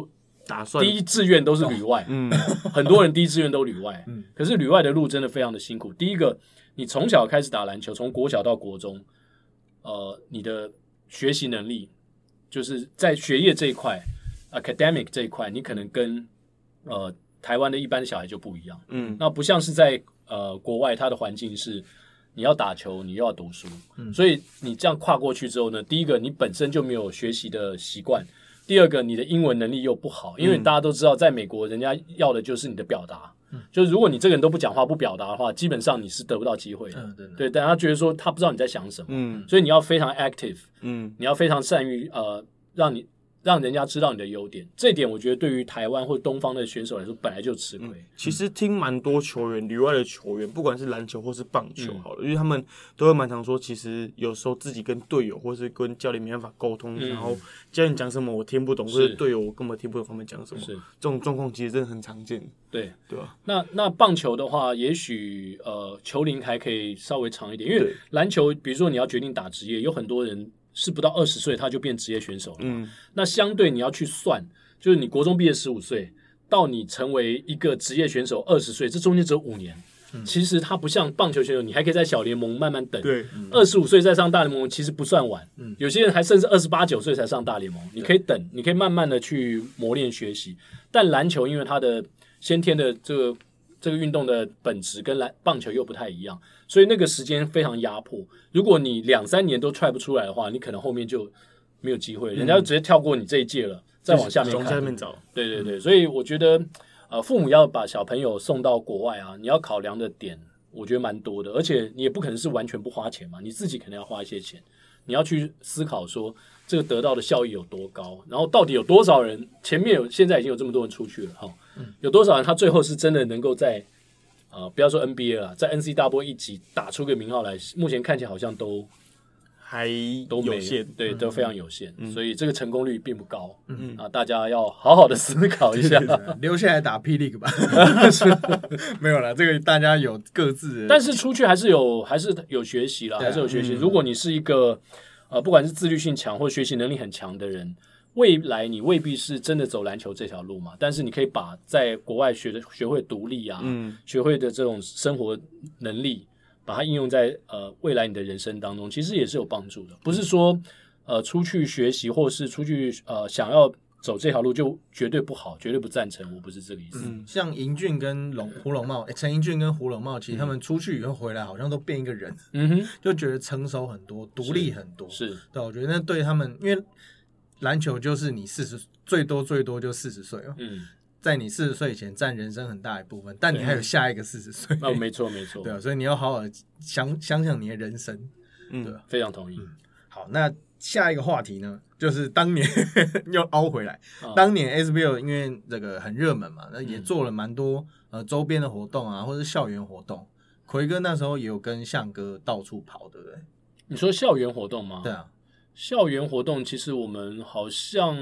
S2: 打算
S3: 第一志愿都是旅外，嗯，很多人第一志愿都旅外，嗯，可是旅外的路真的非常的辛苦。第一个，你从小开始打篮球，从国小到国中，呃，你的学习能力就是在学业这一块 ，academic 这一块，你可能跟呃台湾的一般小孩就不一样，嗯，那不像是在呃国外，它的环境是你要打球，你又要读书，嗯，所以你这样跨过去之后呢，第一个你本身就没有学习的习惯。第二个，你的英文能力又不好，因为大家都知道，在美国，人家要的就是你的表达。嗯、就是如果你这个人都不讲话、不表达的话，基本上你是得不到机会的。嗯、对, 对，但他觉得说他不知道你在想什么，嗯，所以你要非常 active， 嗯，你要非常善于呃，让你让人家知道你的优点。这一点我觉得对于台湾或东方的选手来说，本来就吃亏。嗯、
S2: 其实听蛮多球员，旅外的球员，不管是篮球或是棒球，好了，嗯、因为他们都会蛮常说，其实有时候自己跟队友或是跟教练没办法沟通，嗯、然后教练讲什么我听不懂，或者队友我根本听不懂他们讲什么，这种状况其实真的很常见。
S3: 对
S2: 对吧？
S3: 那那棒球的话，也许呃球龄还可以稍微长一点，因为篮球，比如说你要决定打职业，有很多人是不到二十岁他就变职业选手了。嗯，那相对你要去算，就是你国中毕业十五岁，到你成为一个职业选手二十岁，这中间只有五年。嗯、其实它不像棒球选手，你还可以在小联盟慢慢等。
S2: 对，
S3: 二十五岁再上大联盟其实不算晚。嗯，有些人还甚至二十八九岁才上大联盟，你可以等，你可以慢慢的去磨练学习。但篮球因为它的先天的这个这个运动的本质跟篮棒球又不太一样，所以那个时间非常压迫。如果你两三年都踹不出来的话，你可能后面就没有机会，嗯、人家就直接跳过你这一届了，再往下面看。
S2: 从下面找。
S3: 对对对，所以我觉得，呃，父母要把小朋友送到国外啊，你要考量的点，我觉得蛮多的，而且你也不可能是完全不花钱嘛，你自己可能要花一些钱，你要去思考说这个得到的效益有多高，然后到底有多少人前面有现在已经有这么多人出去了哈。有多少人他最后是真的能够在呃不要说 N B A 了，在 N C A A 一级打出个名号来？目前看起来好像都
S2: 还
S3: 都
S2: 有限，
S3: 对，
S2: 嗯、
S3: 都非常有限，嗯、所以这个成功率并不高。嗯啊，大家要好好的思考一下，
S1: 留下来打 P League 吧。没有啦，这个大家有各自的，
S3: 但是出去还是有还是有学习啦，还是有学习。嗯、如果你是一个呃不管是自律性强或学习能力很强的人。未来你未必是真的走篮球这条路嘛，但是你可以把在国外学的学会独立啊，嗯、学会的这种生活能力，把它应用在呃未来你的人生当中，其实也是有帮助的。不是说呃出去学习或是出去呃想要走这条路就绝对不好，绝对不赞成，我不是这个意思。
S1: 嗯、像银俊跟龙胡龙茂，陈银俊跟胡龙茂，其实他们出去以后回来，好像都变一个人，嗯哼，就觉得成熟很多，独立很多。
S3: 是，
S1: 对，我觉得那对他们，因为篮球就是你四十最多最多就四十岁哦，嗯，在你四十岁以前占人生很大一部分，但你还有下一个四十岁，
S3: 哦，没错没错，
S1: 对啊，所以你要好好想想想你的人生，
S3: 嗯，对，非常同意。
S1: 嗯、好，那下一个话题呢，就是当年又凹回来，哦、当年 S B L 因为这个很热门嘛，那也做了蛮多呃周边的活动啊，或者是校园活动。奎哥那时候也有跟象哥到处跑，对不对？
S3: 你说校园活动吗？
S1: 对啊。
S3: 校园活动其实我们好像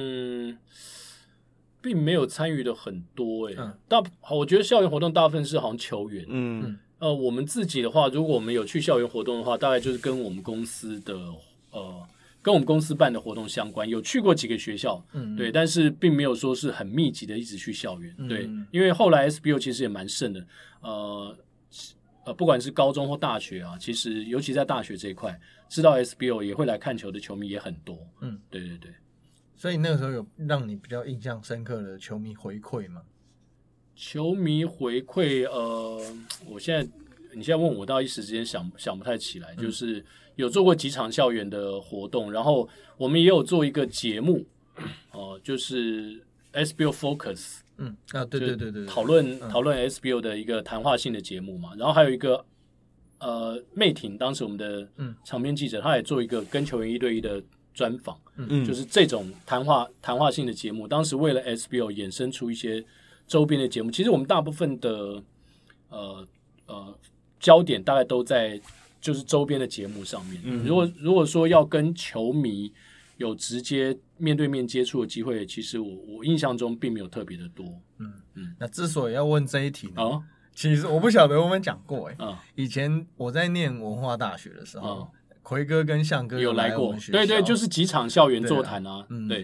S3: 并没有参与的很多诶、欸嗯，大我觉得校园活动大部分是好像球员，嗯，呃，我们自己的话，如果我们有去校园活动的话，大概就是跟我们公司的呃，跟我们公司办的活动相关，有去过几个学校，嗯，对，但是并没有说是很密集的一直去校园，嗯、对，因为后来 S B O 其实也蛮盛的，呃。呃，不管是高中或大学啊，其实尤其在大学这一块，知道 S B O 也会来看球的球迷也很多。嗯，对对对。
S1: 所以那个时候有让你比较印象深刻的球迷回馈吗？
S3: 球迷回馈，呃，我现在你现在问我，到一时之间想想不太起来。嗯、就是有做过几场校园的活动，然后我们也有做一个节目，哦、呃，就是 S B O Focus。
S1: 嗯啊，对对对对，
S3: 讨论讨论 S B O 的一个谈话性的节目嘛，然后还有一个呃，妹挺当时我们的场边记者，他也做一个跟球员一对一的专访，嗯，就是这种谈话谈话性的节目，当时为了 S B O 衍生出一些周边的节目，其实我们大部分的呃呃焦点大概都在就是周边的节目上面。嗯，如果如果说要跟球迷有直接面对面接触的机会，其实我我印象中并没有特别的多。嗯
S1: 嗯，那之所以要问这一题呢，哦、其实我不晓得我们讲过哎、欸，哦、以前我在念文化大学的时候，哦、奎哥跟象哥
S3: 有来过，对对，就是几场校园座谈啊，对。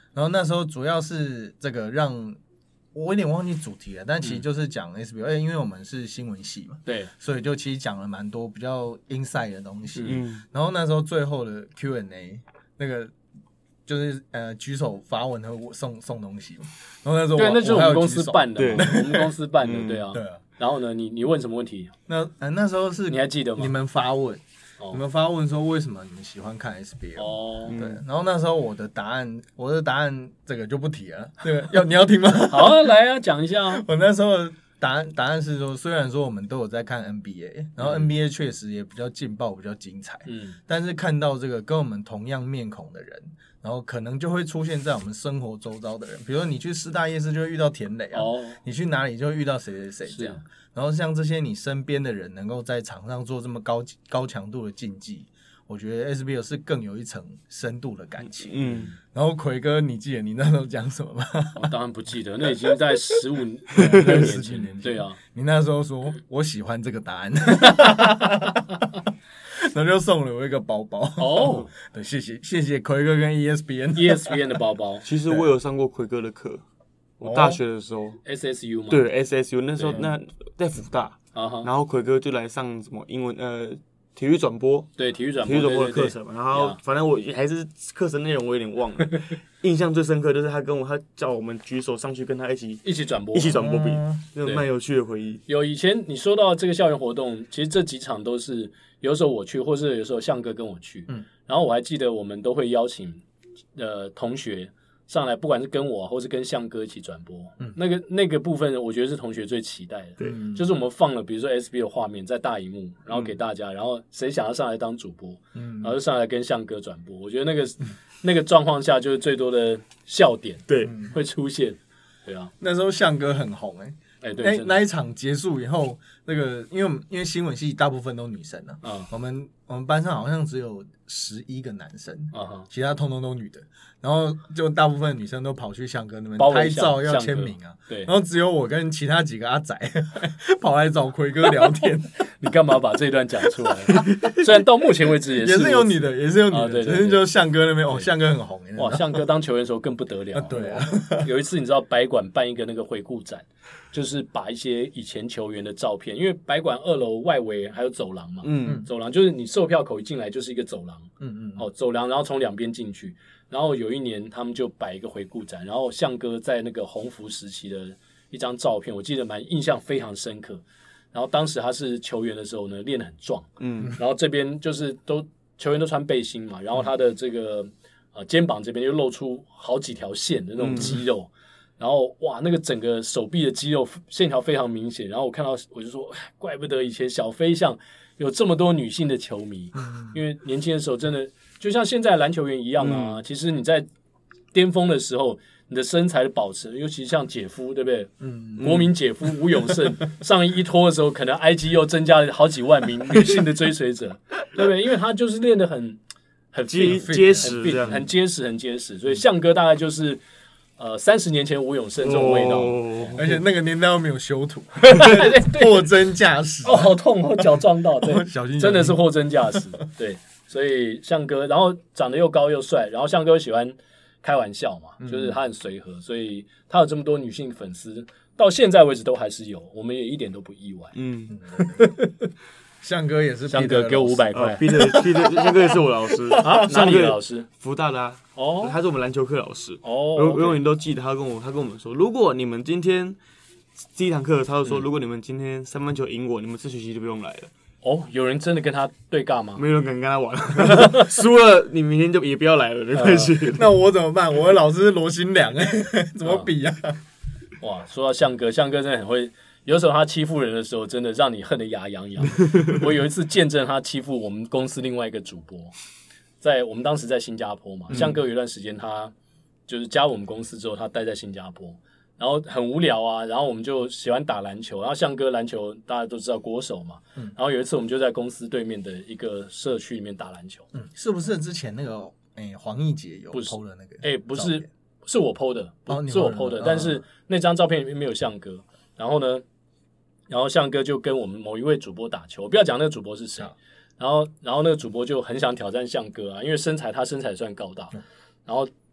S1: 然后那时候主要是这个让我有点忘记主题了，但其实就是讲 S B O，、嗯、因为我们是新闻系嘛，
S3: 对，
S1: 所以就其实讲了蛮多比较 inside 的东西。
S2: 嗯，
S1: 然后那时候最后的 Q and A 那个就是呃举手发问和我送送东西嘛。然后那时候
S3: 对，那就是我们公司办的嘛，
S2: 对
S3: 我们公司办的，对啊，
S1: 对啊。
S3: 然后呢，你你问什么问题？
S1: 那呃那时候是
S3: 你还记得吗？
S1: 你们发问。
S3: 哦、
S1: 你们发问说为什么你们喜欢看 S B O？
S3: 哦，
S1: 对，然后那时候我的答案，我的答案这个就不提了，这个要你要听吗？
S3: 好啊，来啊，讲一下啊。
S1: 我那时候的答案答案是说，虽然说我们都有在看 N B A， 然后 N B A 确实也比较劲爆，比较精彩，嗯，但是看到这个跟我们同样面孔的人，然后可能就会出现在我们生活周遭的人，比如说你去师大夜市就会遇到田磊啊，哦、你去哪里就会遇到谁谁谁这样，然后像这些你身边的人能够在场上做这么高高强度的竞技。我觉得 S B O 是更有一层深度的感情。嗯，然后奎哥，你记得你那时候讲什么吗？
S3: 我、哦、当然不记得，那已经在十五年前。对啊，
S1: 你那时候说我喜欢这个答案，然后就送了我一个包包。哦，对，谢谢谢谢奎哥跟 E S P N
S3: E S P N 的包包。
S2: 其实我有上过奎哥的课，我大学的时候
S3: S S U 嘛，
S2: 对 S S U 那时候那在辅大，然后奎哥就来上什么英文呃。体育转播，
S3: 对体育转播，
S2: 体育转播的课程嘛，然后反正我还是课程内容我有点忘了，印象最深刻就是他跟我，他叫我们举手上去跟他一起
S3: 一起转播，
S2: 一起转播比，那种蛮有趣的回忆。
S3: 有以前你说到这个校园活动，其实这几场都是有时候我去，或是有时候向哥跟我去，嗯，然后我还记得我们都会邀请呃同学。上来，不管是跟我或是跟向哥一起转播，嗯，那个那个部分，我觉得是同学最期待的。对，就是我们放了，比如说 S B O 的画面在大荧幕，然后给大家，嗯、然后谁想要上来当主播，嗯，然后就上来跟向哥转播。我觉得那个、嗯、那个状况下，就是最多的笑点，对，会出现。对啊，
S1: 那时候向哥很红哎、欸。
S3: 哎、欸，对，
S1: 那那一场结束以后，那个因为我们因为新闻系大部分都女生啊，嗯、我们我们班上好像只有十一个男生，嗯、其他通通都女的，然后就大部分女生都跑去向哥那边拍照要签名啊，对，然后只有我跟其他几个阿仔跑来找奎哥聊天。
S3: 你干嘛把这一段讲出来？虽然到目前为止也是
S1: 也是有女的，也是有女的，
S3: 啊、对对对
S1: 只是就向哥那边哦，向哥很红。
S3: 哇，向哥当球员的时候更不得了。
S1: 啊对啊，
S3: 有一次你知道百馆办一个那个回顾展。就是把一些以前球员的照片，因为百馆二楼外围还有走廊嘛，嗯，走廊就是你售票口一进来就是一个走廊，嗯嗯，哦，走廊，然后从两边进去，然后有一年他们就摆一个回顾展，然后向哥在那个红福时期的一张照片，我记得蛮印象非常深刻。然后当时他是球员的时候呢，练得很壮，嗯，然后这边就是都球员都穿背心嘛，然后他的这个呃肩膀这边又露出好几条线的那种肌肉。嗯，然后哇，那个整个手臂的肌肉线条非常明显。然后我看到，我就说，怪不得以前小飞象有这么多女性的球迷，嗯、因为年轻的时候真的就像现在篮球员一样啊。嗯、其实你在巅峰的时候，你的身材的保持，尤其像姐夫，对不对？嗯，国民姐夫吴永胜上衣一脱的时候，可能 I G 又增加了好几万名女性的追随者，对不对？因为他就是练得很很
S2: 结结实，
S3: 很, 很结实，很结实。所以向哥大概就是。呃，三十年前吴永胜这种味道，
S1: 哦、而且那个年代又没有修图，货真价实。
S3: 哦，好痛哦，脚撞到，对，
S1: 小心，
S3: 真的是货真价实。对，所以向哥，然后长得又高又帅，然后向哥喜欢开玩笑嘛，嗯、就是他很随和，所以他有这么多女性粉丝，到现在为止都还是有，我们也一点都不意外。嗯。
S1: 向哥也是，
S3: 向哥给我五百块。
S2: 彼得，彼得，向哥也是我老师
S3: 啊，哪里的老师？
S2: 福大的啊。哦，他是我们篮球课老师。哦，我永远都记得他跟我，他跟我们说，如果你们今天第一堂课，他就说，嗯、如果你们今天三分球赢我，你们这学期就不用来了。
S3: 哦，有人真的跟他对尬吗？
S2: 没有人敢跟他玩，输了你明天就也不要来了，没关系。
S1: 呃、那我怎么办？我的老师是罗新良，哎，怎么比啊？
S3: 哇，说到向哥，向哥真的很会。有时候他欺负人的时候，真的让你恨得牙痒痒。我有一次见证他欺负我们公司另外一个主播，在我们当时在新加坡嘛，嗯、向哥有一段时间他就是加入我们公司之后，他待在新加坡，然后很无聊啊，然后我们就喜欢打篮球，然后向哥篮球大家都知道国手嘛，嗯、然后有一次我们就在公司对面的一个社区里面打篮球，
S1: 嗯、是不是之前那个诶黄奕杰有 po 的那个？
S3: 哎，不是，是我 po 的，哦、是我 po 的，哦、但是那张照片里面没有向哥，然后呢？然后向哥就跟我们某一位主播打球，我不要讲那个主播是谁，然后然后那个主播就很想挑战向哥啊，因为身材他身材算高大，然后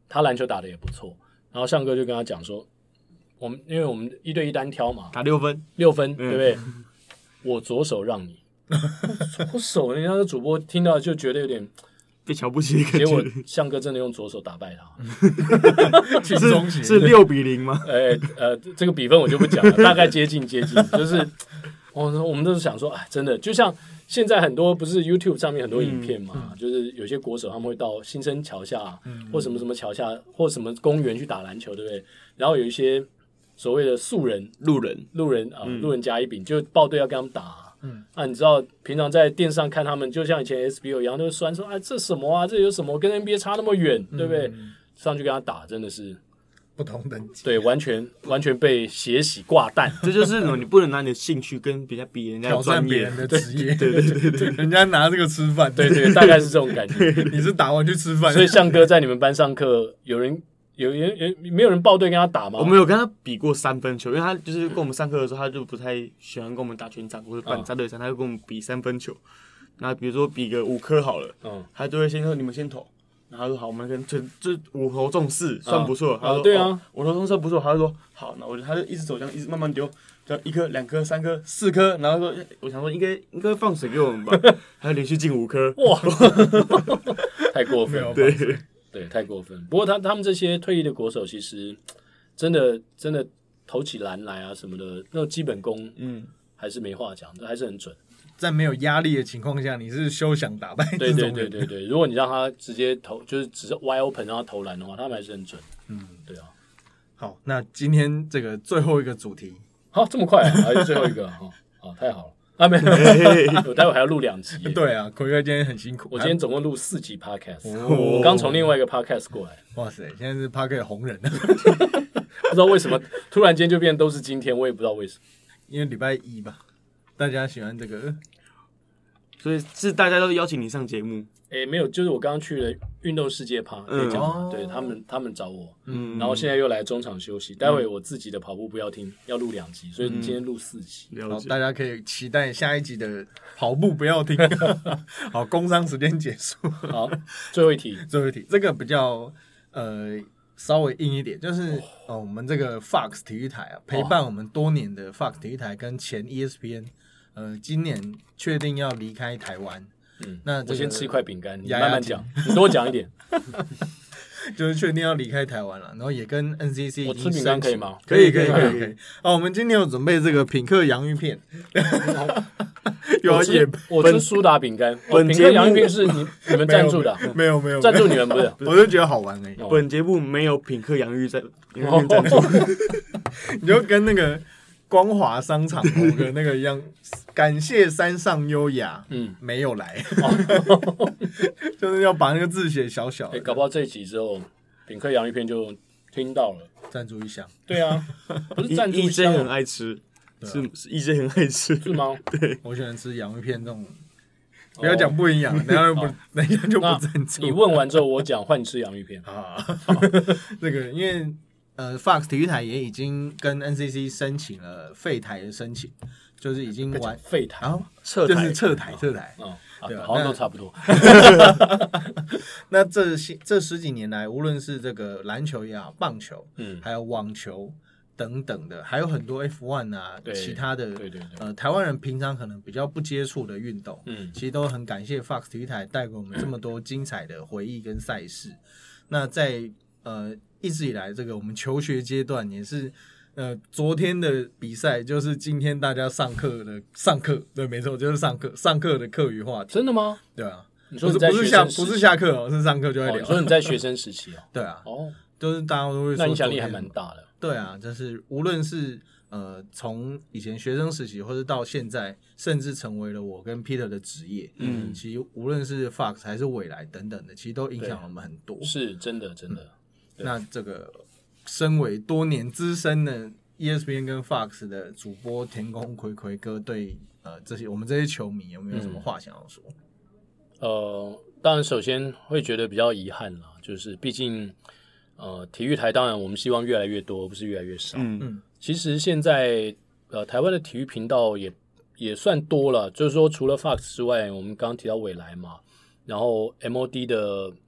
S3: 他篮球打得也不错，然后向哥就跟他讲说，我们因为我们一对一单挑嘛，
S2: 打六分，
S3: 六分，
S2: 嗯、
S3: 对不对？我左手让你，左手，人家的主播听到就觉得有点
S2: 被瞧不起的感觉。
S3: 结果向哥真的用左手打败他，
S2: 是是六比零吗？
S3: 哎呃，这个比分我就不讲了，大概接近接近，就是我我们都是想说，哎，真的就像现在很多不是 YouTube 上面很多影片嘛，嗯、就是有些国手他们会到新生桥下，嗯、或什么什么桥下，或什么公园去打篮球，对不对？然后有一些所谓的素人、
S2: 路人、
S3: 路人啊、呃嗯，路人甲乙丙，就报队要跟他们打、啊。嗯，啊，你知道平常在电视上看他们，就像以前 S B O 一样，都会酸说，哎，这什么啊？这有什么？跟 N B A 差那么远，对不对？嗯、上去跟他打，真的是
S1: 不同等级，
S3: 对，完全完全被血洗挂蛋。
S2: 这就是你不能拿你的兴趣跟别人比人家
S1: 挑战别人的职业，
S2: 对对对对，
S1: 人家拿这个吃饭，
S3: 对对，大概是这种感觉。
S1: 你是打完去吃饭，
S3: 所以向哥在你们班上课，有人。有人有没有人报队跟他打吗？
S2: 我们有跟他比过三分球，因为他就是跟我们上课的时候，他就不太喜欢跟我们打全场或者办战队赛，他就跟我们比三分球。那比如说比个五颗好了，嗯，他就会先说你们先投，然后他说好，我们跟这这五投中四算不错。他说
S3: 对啊，
S2: 五投中四不错。他就说好，那我就他就一直走，这样一直慢慢丢，就一颗、两颗、三颗、四颗，然后说我想说应该应该放水给我们吧，他就连续进五颗，
S3: 哇，太过分了，
S2: 对。
S3: 对，太过分。不过他他们这些退役的国手，其实真的真的投起篮来啊什么的，那种基本功，嗯，还是没话讲，还是很准。
S1: 在没有压力的情况下，你是休想打败这种人。
S3: 对对对对对，如果你让他直接投，就是只是 wide open 让他投篮的话，他们还是很准。嗯，对啊。
S1: 好，那今天这个最后一个主题，
S3: 好，这么快、啊，还是最后一个，好、哦，好，太好了。啊，没有，我待会还要录两集。
S1: 对啊，奎哥今天很辛苦。
S3: 我今天总共录四集 podcast，、哦、我刚从另外一个 podcast 过来。
S1: 哇塞，现在是 podcast 红人了。
S3: 不知道为什么突然间就变都是今天，我也不知道为什么。
S1: 因为礼拜一吧，大家喜欢这个，
S2: 所以是大家都邀请你上节目。
S3: 诶、欸，没有，就是我刚刚去了运动世界趴，可以讲吗？对他们，他们找我，嗯，然后现在又来中场休息。待会我自己的跑步不要听，要录两集，所以今天录四集。
S1: 嗯、好，大家可以期待下一集的跑步不要听。好，工商时间结束。
S3: 好，最后一题，
S1: 最后一题，这个比较呃稍微硬一点，就是呃我们这个 Fox 体育台啊，陪伴我们多年的 Fox 体育台跟前 E S P N， 呃，今年确定要离开台湾。
S3: 嗯，
S1: 那、这个、
S3: 我先吃一块饼干，你慢慢讲，你多讲一点。
S1: 就是确定要离开台湾了，然后也跟 N C C 已经
S3: 我吃饼干可以吗？
S1: 可以可以可以可以。好，我们今天有准备这个品客洋芋片，有
S3: 我吃我吃苏打饼干。品客洋芋片是你你们赞助的、啊？
S1: 没有没有
S3: 赞助你们不是？
S1: 我就觉得好玩而已。
S2: 哦、本节目没有品客洋芋在洋芋片赞助，
S1: 你就跟那个光华商场某个那个一样。感谢山上优雅，嗯，没有来，哦、就是要把那个字写小小的、
S3: 欸。搞不好这一集之后，品客洋芋片就听到了，
S1: 赞助一箱。
S3: 对啊，不是赞助一
S2: 箱，E J 很爱吃，是是 E J 很爱吃，
S3: 是吗？
S2: 对，
S1: 我喜欢吃洋芋片这种。不要讲不营养，等下不，等下就不赞助。
S3: 你问完之后，我讲换吃洋芋片
S1: 啊。这个因为呃 ，Fox 体育台也已经跟 N C C 申请了废台的申请。就是已经完
S3: 废台，
S1: 然后
S3: 撤台，
S1: 就是撤台，撤台，
S3: 嗯，对，好像都差不多。
S1: 那这些这十几年来，无论是这个篮球也好，棒球，嗯，还有网球等等的，还有很多 F 一 啊，其他的，
S3: 对对对，
S1: 呃，台湾人平常可能比较不接触的运动，嗯，其实都很感谢 Fox 体育台带给我们这么多精彩的回忆跟赛事。那在呃一直以来，这个我们求学阶段也是。呃，昨天的比赛就是今天大家上课的上课，对，没错，就是上课上课的课余话题。
S3: 真的吗？
S1: 对啊，
S3: 你说你在
S1: 不是下不是下课哦，是上课就会聊。
S3: 哦、你说你在学生时期哦？
S1: 对啊，哦，就是大家都会说，
S3: 那影响力还蛮大的。
S1: 对啊，就是无论是呃从以前学生时期，或是到现在，甚至成为了我跟 Peter 的职业，嗯，其实无论是 Fox 还是未来等等的，其实都影响我们很多。
S3: 是真的，真的。
S1: 嗯、那这个。身为多年资深的 E S P N 跟 Fox 的主播田宫葵葵哥，对呃这些我们这些球迷有没有什么话想要说？
S3: 嗯、呃，当然首先会觉得比较遗憾啦，就是毕竟呃体育台当然我们希望越来越多，不是越来越少。嗯嗯，其实现在呃台湾的体育频道也也算多了，就是说除了 Fox 之外，我们刚刚提到未来嘛，然后 M O D 的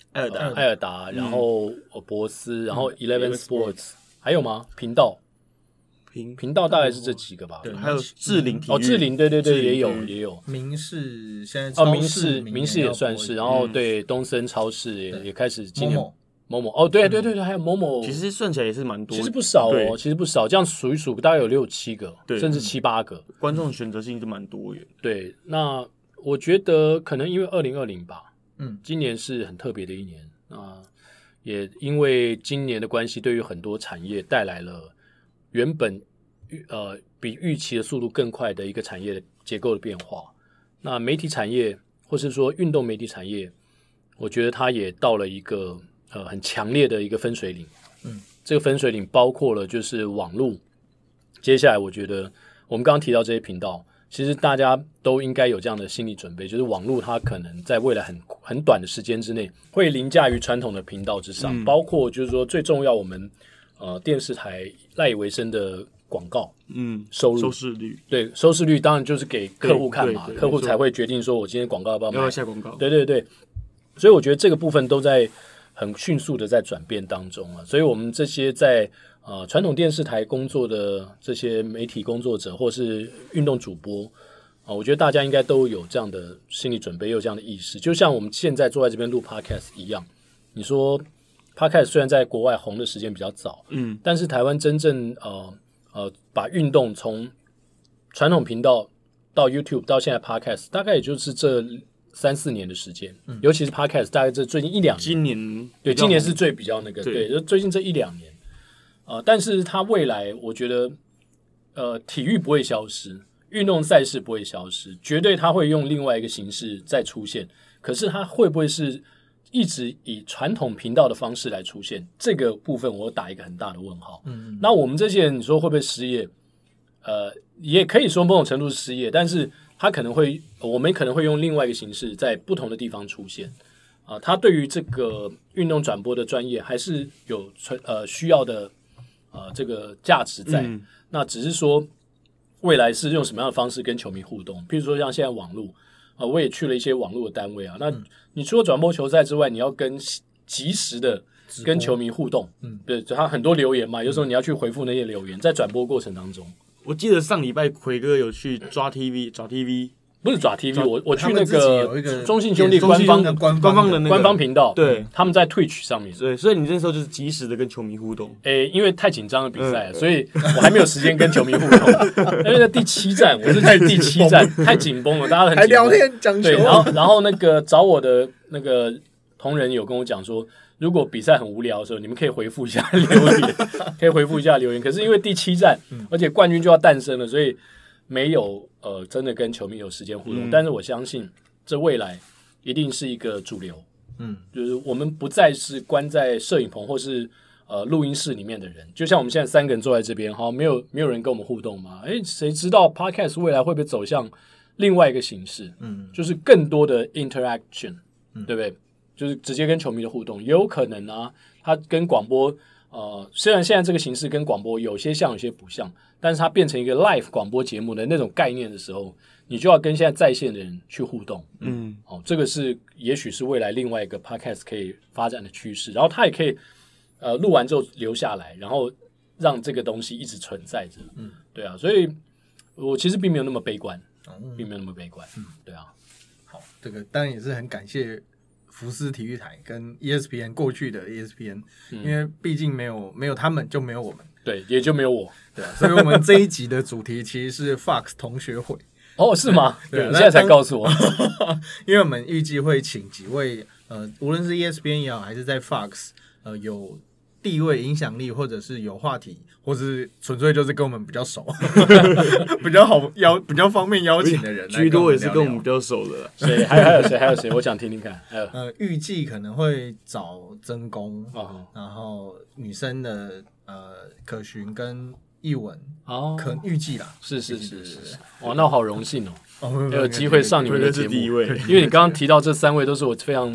S2: 艾尔达，
S3: 艾尔达，然后博斯，然后 Eleven Sports， 还有吗？频道，
S2: 频
S3: 频道大概是这几个吧。
S2: 对，还有智灵体育，
S3: 哦，智灵，对对对，也有也有。
S1: 民视现在
S3: 哦，民视民视也算是，然后对东森超市也也开始今年。某某哦，对对对对，还有某某，
S2: 其实算起来也是蛮多，
S3: 其实不少哦，其实不少，这样数一数，大概有六七个，甚至七八个，
S2: 观众选择性就蛮多元。
S3: 对，那我觉得可能因为二零二零吧，
S1: 嗯，
S3: 今年是很特别的一年啊，也因为今年的关系，对于很多产业带来了原本呃比预期的速度更快的一个产业的结构的变化。那媒体产业或是说运动媒体产业，我觉得它也到了一个。呃，很强烈的一个分水岭，
S1: 嗯，
S3: 这个分水岭包括了就是网络。接下来，我觉得我们刚刚提到这些频道，其实大家都应该有这样的心理准备，就是网络它可能在未来很很短的时间之内会凌驾于传统的频道之上，嗯、包括就是说最重要，我们呃电视台赖以为生的广告，
S2: 嗯，
S3: 收入
S2: 收视率，
S3: 对收视率当然就是给客户看嘛，客户才会决定说我今天广告要不要买，
S2: 要不要下广告，
S3: 对对对，所以我觉得这个部分都在。很迅速的在转变当中啊，所以我们这些在呃传统电视台工作的这些媒体工作者或是运动主播啊、呃，我觉得大家应该都有这样的心理准备，有这样的意识，就像我们现在坐在这边录 podcast 一样。你说 podcast 虽然在国外红的时间比较早，
S2: 嗯，
S3: 但是台湾真正呃呃把运动从传统频道到 YouTube 到现在 podcast， 大概也就是这。三四年的时间，嗯、尤其是 Podcast， 大概这最近一两年，
S2: 今年
S3: 对，今年是最比较那个，对，就最近这一两年，呃，但是它未来，我觉得，呃，体育不会消失，运动赛事不会消失，绝对它会用另外一个形式再出现。可是它会不会是一直以传统频道的方式来出现？这个部分我打一个很大的问号。嗯，那我们这些人，你说会不会失业？呃，也可以说某种程度是失业，但是。他可能会，我们可能会用另外一个形式，在不同的地方出现啊、呃。他对于这个运动转播的专业，还是有呃需要的呃这个价值在。嗯、那只是说，未来是用什么样的方式跟球迷互动？譬如说，像现在网络啊、呃，我也去了一些网络的单位啊。那你除了转播球赛之外，你要跟及时的跟球迷互动，嗯，对，他很多留言嘛，有时候你要去回复那些留言，在转播过程当中。
S2: 我记得上礼拜奎哥有去抓 T V 抓 T V，
S3: 不是抓 T V， 我我去那个中信兄弟
S2: 官
S3: 方
S2: 官方的那个
S3: 官方频道，
S2: 对，
S3: 他们在 Twitch 上面，
S2: 对，所以你那时候就是及时的跟球迷互动。
S3: 诶，因为太紧张的比赛、嗯，所以我还没有时间跟球迷互动。因为在第七站，我是在第七站，太紧绷了，大家很紧
S1: 还聊天讲球。
S3: 对，然后然后那个找我的那个同仁有跟我讲说。如果比赛很无聊的时候，你们可以回复一下留言，可以回复一下留言。可是因为第七站，而且冠军就要诞生了，所以没有呃真的跟球迷有时间互动。嗯、但是我相信，这未来一定是一个主流。嗯，就是我们不再是关在摄影棚或是呃录音室里面的人，就像我们现在三个人坐在这边，哈，没有没有人跟我们互动嘛？诶，谁知道 Podcast 未来会不会走向另外一个形式？嗯，就是更多的 interaction，、嗯、对不对？就是直接跟球迷的互动，也有可能啊。它跟广播，呃，虽然现在这个形式跟广播有些像，有些不像，但是它变成一个 live 广播节目的那种概念的时候，你就要跟现在在线的人去互动。嗯，哦，这个是也许是未来另外一个 podcast 可以发展的趋势。然后它也可以，呃，录完之后留下来，然后让这个东西一直存在着。嗯，对啊，所以我其实并没有那么悲观，嗯、并没有那么悲观。嗯，对啊。
S1: 好，这个当然也是很感谢。福斯体育台跟 E S P N 过去的 E S P N，、嗯、因为毕竟没有没有他们就没有我们，
S3: 对，也就没有我，
S1: 对啊，所以我们这一集的主题其实是 Fox 同学会。
S3: 哦，是吗？对，你现在才告诉我，
S1: 因为我们预计会请几位呃，无论是 E S P N 也好，还是在 Fox 呃有地位、影响力，或者是有话题，或是纯粹就是跟我们比较熟，比较好邀、比较方便邀请的人，
S2: 居多也是跟我们比较熟的。
S3: 谁？还还有谁？还有谁？我想听听看。还有
S1: 呃，预计可能会找真宫，哦、然后女生的呃可寻跟艺文，哦，可预计啦，
S3: 是是是是是。哇，那我好荣幸哦，有机会上你们的节目，因为你刚刚提到这三位都是我非常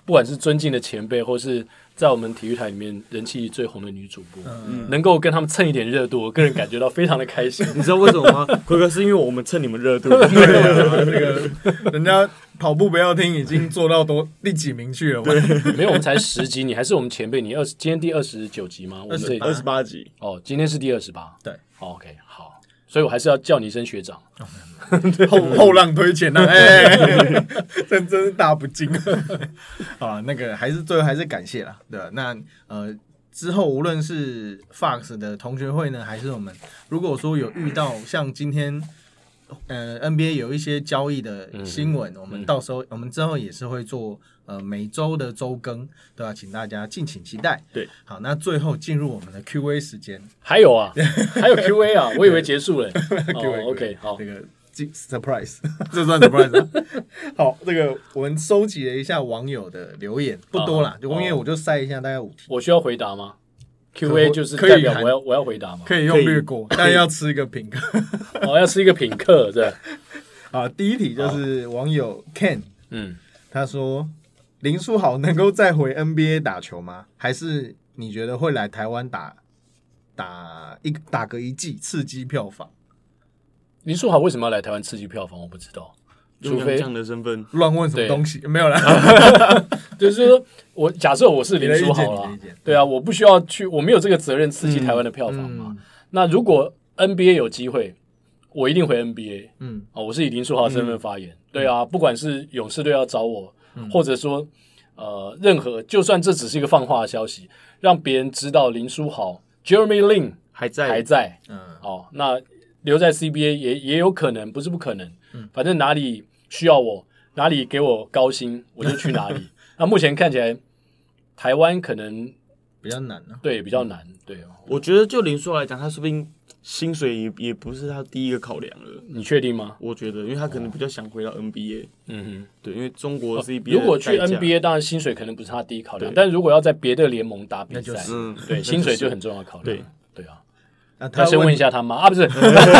S3: 不管是尊敬的前辈，或是在我们体育台里面人气最红的女主播，
S2: 嗯
S3: 能够跟他们蹭一点热度，我个人感觉到非常的开心。
S2: 你知道为什么吗？奎哥是因为我们蹭你们热度，
S1: 对啊，那个人家跑步不要听已经做到多第几名去了？
S3: 没有，我们才十集，你还是我们前辈，你二十今天第二十九集吗？我们这
S2: 二十八集
S3: 哦，今天是第二十八，
S1: 对、
S3: 哦、，OK， 好，所以我还是要叫你一声学长。
S1: 后后浪推前浪，哎、欸，真真是大不敬啊！那个还是最后还是感谢啦，对吧？那呃之后无论是 Fox 的同学会呢，还是我们如果说有遇到像今天呃 N B A 有一些交易的新闻，嗯、我们到时候、嗯、我们之后也是会做呃每周的周更，对吧？请大家敬请期待。
S2: 对，
S1: 好，那最后进入我们的 Q A 时间，
S3: 还有啊，还有 Q A 啊，我以为结束了。哦 ，OK， 好，
S1: 这个。surprise， 这算 surprise 吗？好，这个我们收集了一下网友的留言，不多啦，就因为我就筛一下，大概五题。
S3: 我需要回答吗 ？Q A 就是代表我要我要回答吗？
S1: 可以用略过，但要吃一个品客。
S3: 哦，要吃一个品客，对。
S1: 啊，第一题就是网友 Ken，
S3: 嗯，
S1: 他说林书豪能够再回 N B A 打球吗？还是你觉得会来台湾打打一打个一季，刺激票房？
S3: 林书豪为什么要来台湾刺激票房？我不知道，除非
S2: 这样的身份
S1: 乱问什么东西没有啦。
S3: 就是说我假设我是林书豪啦，对啊，我不需要去，我没有这个责任刺激台湾的票房嘛。嗯、那如果 N B A 有机会，我一定回 N B A。嗯，哦，我是以林书豪身份发言。嗯、对啊，不管是勇士队要找我，嗯、或者说呃任何，就算这只是一个放话的消息，让别人知道林书豪 Jeremy Lin
S2: 还在
S3: 还在。
S1: 嗯，
S3: 哦，那。留在 C B A 也也有可能，不是不可能。嗯、反正哪里需要我，哪里给我高薪，我就去哪里。那目前看起来，台湾可能
S1: 比较难啊。
S3: 对，比较难。对哦，
S2: 我觉得就林书豪来讲，他说不定薪水也也不是他第一个考量了。
S3: 你确定吗？
S2: 我觉得，因为他可能比较想回到 N B A。嗯哼，对，因为中国 C B A、
S3: 哦、如果去 N B A， 当然薪水可能不是他第一考量，但如果要在别的联盟打比赛，
S1: 就是、
S3: 对薪水就很重要的考量。
S2: 对
S3: 对啊。
S1: 那
S3: 他先问一下他妈啊，不是？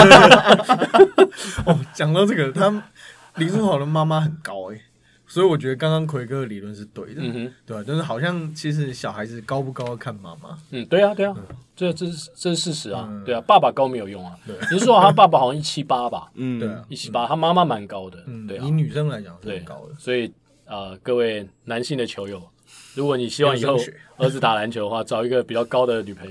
S1: 哦，讲到这个，他林书豪的妈妈很高哎、欸，所以我觉得刚刚奎哥的理论是对的，嗯哼，对吧、啊？就是好像其实小孩子高不高要看妈妈，
S3: 嗯，对啊，对啊，嗯、这这是这是事实啊，嗯、对啊，爸爸高没有用啊。林书豪他爸爸好像一七八吧，
S1: 嗯，对啊，
S3: 一七八，他妈妈蛮高的，
S1: 嗯，
S3: 对啊，
S1: 以女生来讲是很高的，
S3: 所以呃，各位男性的球友。如果你希望以后儿子打篮球的话，找一个比较高的女朋友。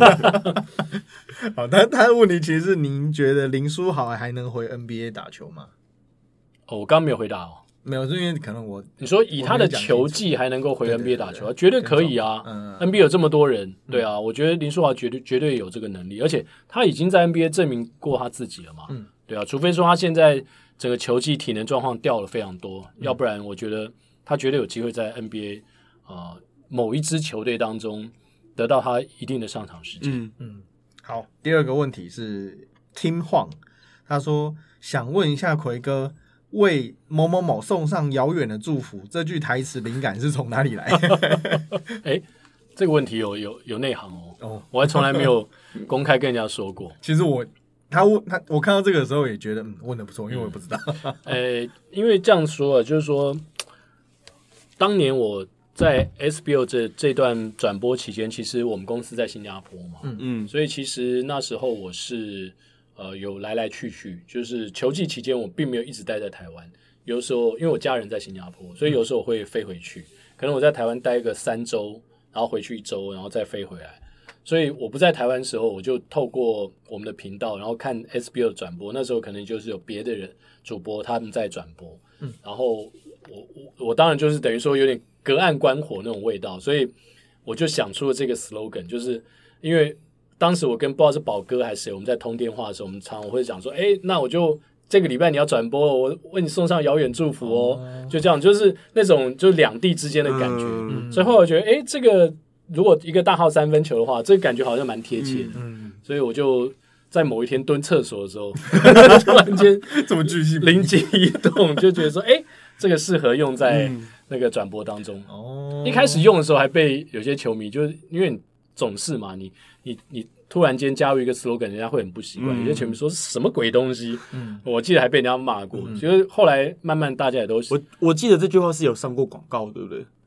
S1: 好，他他的问题其实是您觉得林书豪还能回 N B A 打球吗？
S3: 哦，我刚刚没有回答哦，
S1: 没有，是因为可能我
S3: 你说以他的球技还能够回 N B A 打球，绝对可以啊。
S1: 嗯、
S3: N B A 有这么多人，对啊，我觉得林书豪绝对绝对有这个能力，而且他已经在 N B A 证明过他自己了嘛。嗯，对啊，除非说他现在整个球技体能状况掉了非常多，嗯、要不然我觉得他绝对有机会在 N B A 呃。某一支球队当中得到他一定的上场时间。
S1: 嗯嗯，好，第二个问题是 Tim Huang， 他说想问一下奎哥，为某某某送上遥远的祝福，这句台词灵感是从哪里来？
S3: 哎，这个问题有有有内行哦，哦我还从来没有公开跟人家说过。
S1: 其实我他问他，我看到这个的时候也觉得嗯问的不错，因为我也不知道。
S3: 呃，因为这样说啊，就是说，当年我。在 S B O 这这段转播期间，其实我们公司在新加坡嘛，嗯嗯，所以其实那时候我是呃有来来去去，就是球季期间我并没有一直待在台湾，有时候因为我家人在新加坡，所以有时候我会飞回去，可能我在台湾待个三周，然后回去一周，然后再飞回来。所以我不在台湾的时候，我就透过我们的频道，然后看 S B O 的转播。那时候可能就是有别的人主播他们在转播，嗯，然后我我我当然就是等于说有点隔岸观火那种味道，所以我就想出了这个 slogan， 就是因为当时我跟不知道是宝哥还是谁，我们在通电话的时候，我们常常会讲说，哎，那我就这个礼拜你要转播，我为你送上遥远祝福哦，哦就这样，就是那种就两地之间的感觉。嗯、所以后来我觉得，哎，这个如果一个大号三分球的话，这个感觉好像蛮贴切的，嗯、所以我就在某一天蹲厕所的时候，突然间
S1: 这么巨细
S3: 灵机一动，就觉得说，哎，这个适合用在那个转播当中。哦，一开始用的时候还被有些球迷，就是因为你总是嘛，你你你突然间加入一个 slogan， 人家会很不习惯。嗯、有些球迷说什么鬼东西，嗯、我记得还被人家骂过。嗯、就是后来慢慢大家也都
S2: 我我记得这句话是有上过广告，对不对？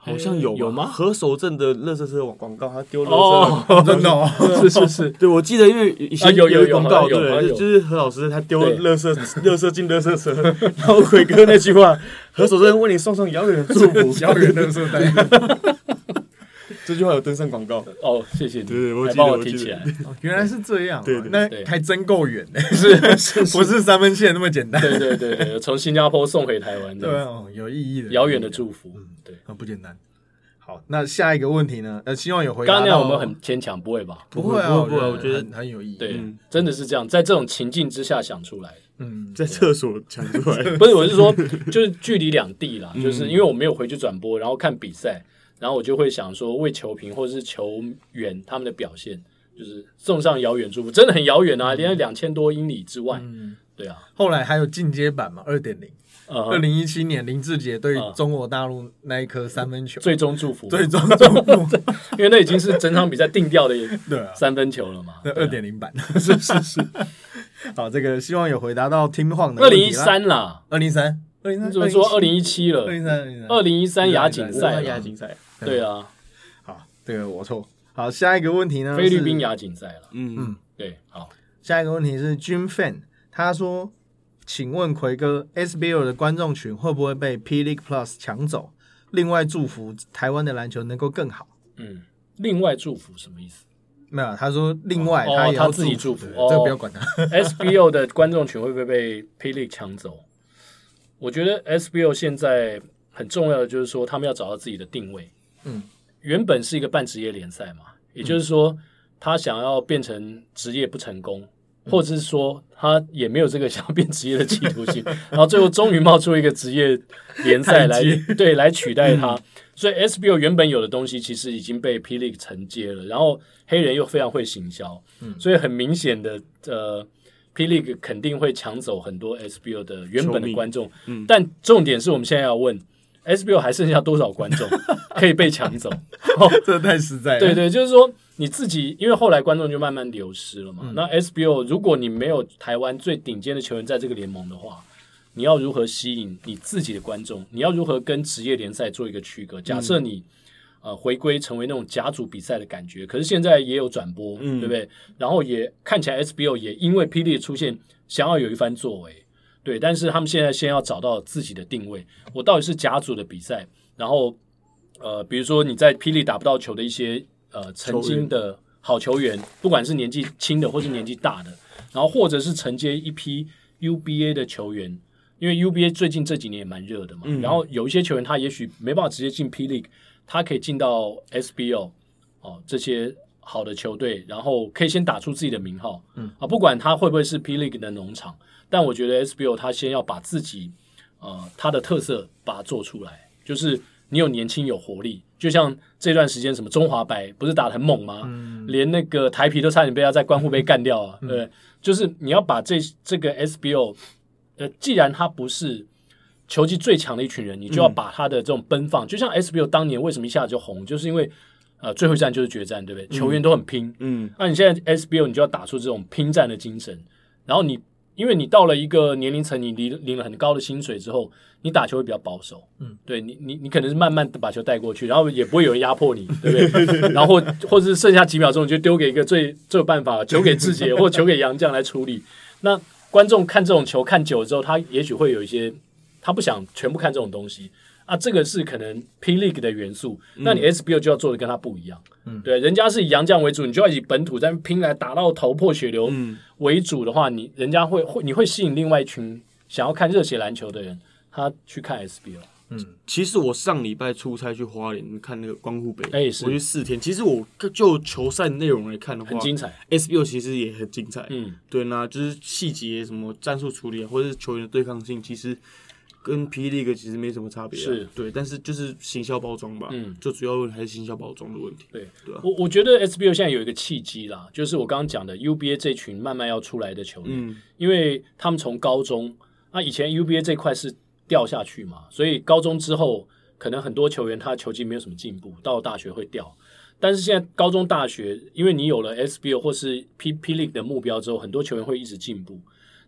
S2: 好像有
S3: 有吗？
S2: 何守正的垃圾车广告，他丢垃圾，
S1: 哦，真的哦，
S3: 是是是，
S2: 对我记得，因为以前
S3: 有有
S2: 广告，对，就是何老师他丢垃圾，垃圾进垃圾车，然后奎哥那句话，何守正为你送上遥远的祝福，
S1: 遥远的垃圾袋。
S2: 这句话有登上广告
S3: 哦，谢谢你，
S2: 对，我
S3: 还帮我提起来。
S1: 原来是这样，
S2: 对对，
S1: 那还真够远呢，
S3: 是是，
S1: 不是三分线那么简单？
S3: 对对对对，从新加坡送回台湾的，
S1: 对哦，有意义的，
S3: 遥远的祝福，
S1: 嗯，
S3: 对，
S1: 很不简单。好，那下一个问题呢？呃，希望有回答。
S3: 刚刚那样我们很牵强，不会吧？
S1: 不会啊，
S2: 不会，我觉得
S1: 很有意义。
S3: 对，真的是这样，在这种情境之下想出来。
S1: 嗯，
S2: 在厕所想出来，
S3: 不是，我是说，就是距离两地啦，就是因为我没有回去转播，然后看比赛。然后我就会想说，为球评或者是球员他们的表现，就是送上遥远祝福，真的很遥远啊，连两千多英里之外。嗯，对啊。
S1: 后来还有进阶版嘛，二点零。二零一七年林志杰对中国大陆那一颗三分球，
S3: 最终祝福，
S1: 最终祝福，
S3: 因为那已经是整场比赛定调的三分球了嘛。
S1: 那二点零版，是是是。好，这个希望有回答到听晃的
S3: 二零一三啦，
S1: 二零三。
S3: 你怎么说二零一七了？
S1: 二零三，
S3: 二零一三亚锦赛，
S2: 亚锦赛，
S3: 对啊。
S1: 好，这个我错。好，下一个问题呢？
S3: 菲律宾亚锦赛了。
S2: 嗯嗯，
S3: 对。好，
S1: 下一个问题是 Jim Fan， 他说：“请问奎哥 ，S B L 的观众群会不会被 P League Plus 抢走？另外祝福台湾的篮球能够更好。”
S3: 嗯，另外祝福什么意思？
S1: 没有，他说另外
S3: 他
S1: 也要
S3: 自己祝福，
S1: 这个不要管他。
S3: S B L 的观众群会不会被 P League 抢走？我觉得 S B L 现在很重要的就是说，他们要找到自己的定位。嗯，原本是一个半职业联赛嘛，也就是说，他想要变成职业不成功，或者是说他也没有这个想要变职业的企图心，然后最后终于冒出一个职业联赛来对来取代他。所以 S B L 原本有的东西其实已经被 P League 承接了，然后黑人又非常会行销，所以很明显的呃。P League 肯定会抢走很多 S B L 的原本的观众，嗯、但重点是我们现在要问 S B L 还剩下多少观众可以被抢走？
S1: 这太实在了。
S3: 对对，就是说你自己，因为后来观众就慢慢流失了嘛。嗯、那 S B L 如果你没有台湾最顶尖的球员在这个联盟的话，你要如何吸引你自己的观众？你要如何跟职业联赛做一个区隔？假设你、嗯、呃回归成为那种甲组比赛的感觉，可是现在也有转播，嗯、对不对？然后也看起来 S B L 也因为霹雳出现，想要有一番作为，对。但是他们现在先要找到自己的定位，我到底是甲组的比赛，然后呃，比如说你在霹雳打不到球的一些呃曾经的好球员，不管是年纪轻的或是年纪大的，然后或者是承接一批 U B A 的球员。因为 U B A 最近这几年也蛮热的嘛，嗯、然后有一些球员他也许没办法直接进 P League， 他可以进到 S B L 哦这些好的球队，然后可以先打出自己的名号，嗯啊，不管他会不会是 P League 的农场，但我觉得 S B L 他先要把自己呃他的特色把它做出来，就是你有年轻有活力，就像这段时间什么中华白不是打得很猛吗？嗯、连那个台啤都差点被他在关户被干掉啊，嗯、对，就是你要把这这个 S B L。呃，既然他不是球技最强的一群人，你就要把他的这种奔放，嗯、就像 S B L 当年为什么一下子就红，就是因为呃最后一战就是决战，对不对？嗯、球员都很拼，嗯，那你现在 S B L 你就要打出这种拼战的精神，然后你因为你到了一个年龄层，你领领了很高的薪水之后，你打球会比较保守，嗯，对你你你可能是慢慢的把球带过去，然后也不会有人压迫你，对不对？然后或者是剩下几秒钟，你就丢给一个最最有办法，球给志杰或球给杨绛来处理，那。观众看这种球看久了之后，他也许会有一些，他不想全部看这种东西啊。这个是可能 P League 的元素，嗯、那你 S B L 就要做的跟他不一样。嗯，对，人家是以洋将为主，你就要以本土在拼来打到头破血流为主的话，嗯、你人家会会你会吸引另外一群想要看热血篮球的人，他去看 S B L。
S2: 嗯，其实我上礼拜出差去花莲看那个光复杯，
S3: 欸、
S2: 我去四天。其实我就球赛内容来看的话，
S3: 很精彩。
S2: S B L 其实也很精彩，嗯，对，那就是细节什么战术处理啊，或者是球员的对抗性，其实跟 P League 其实没什么差别、啊，
S3: 是
S2: 对，但是就是行销包装吧，嗯，就主要还是行销包装的问题。
S3: 对，
S2: 对、啊，
S3: 我我觉得 S B L 现在有一个契机啦，就是我刚刚讲的 U B A 这群慢慢要出来的球员，嗯、因为他们从高中，那以前 U B A 这块是掉下去嘛，所以高中之后。可能很多球员他球技没有什么进步，到了大学会掉。但是现在高中、大学，因为你有了 S B L 或是 P P League 的目标之后，很多球员会一直进步。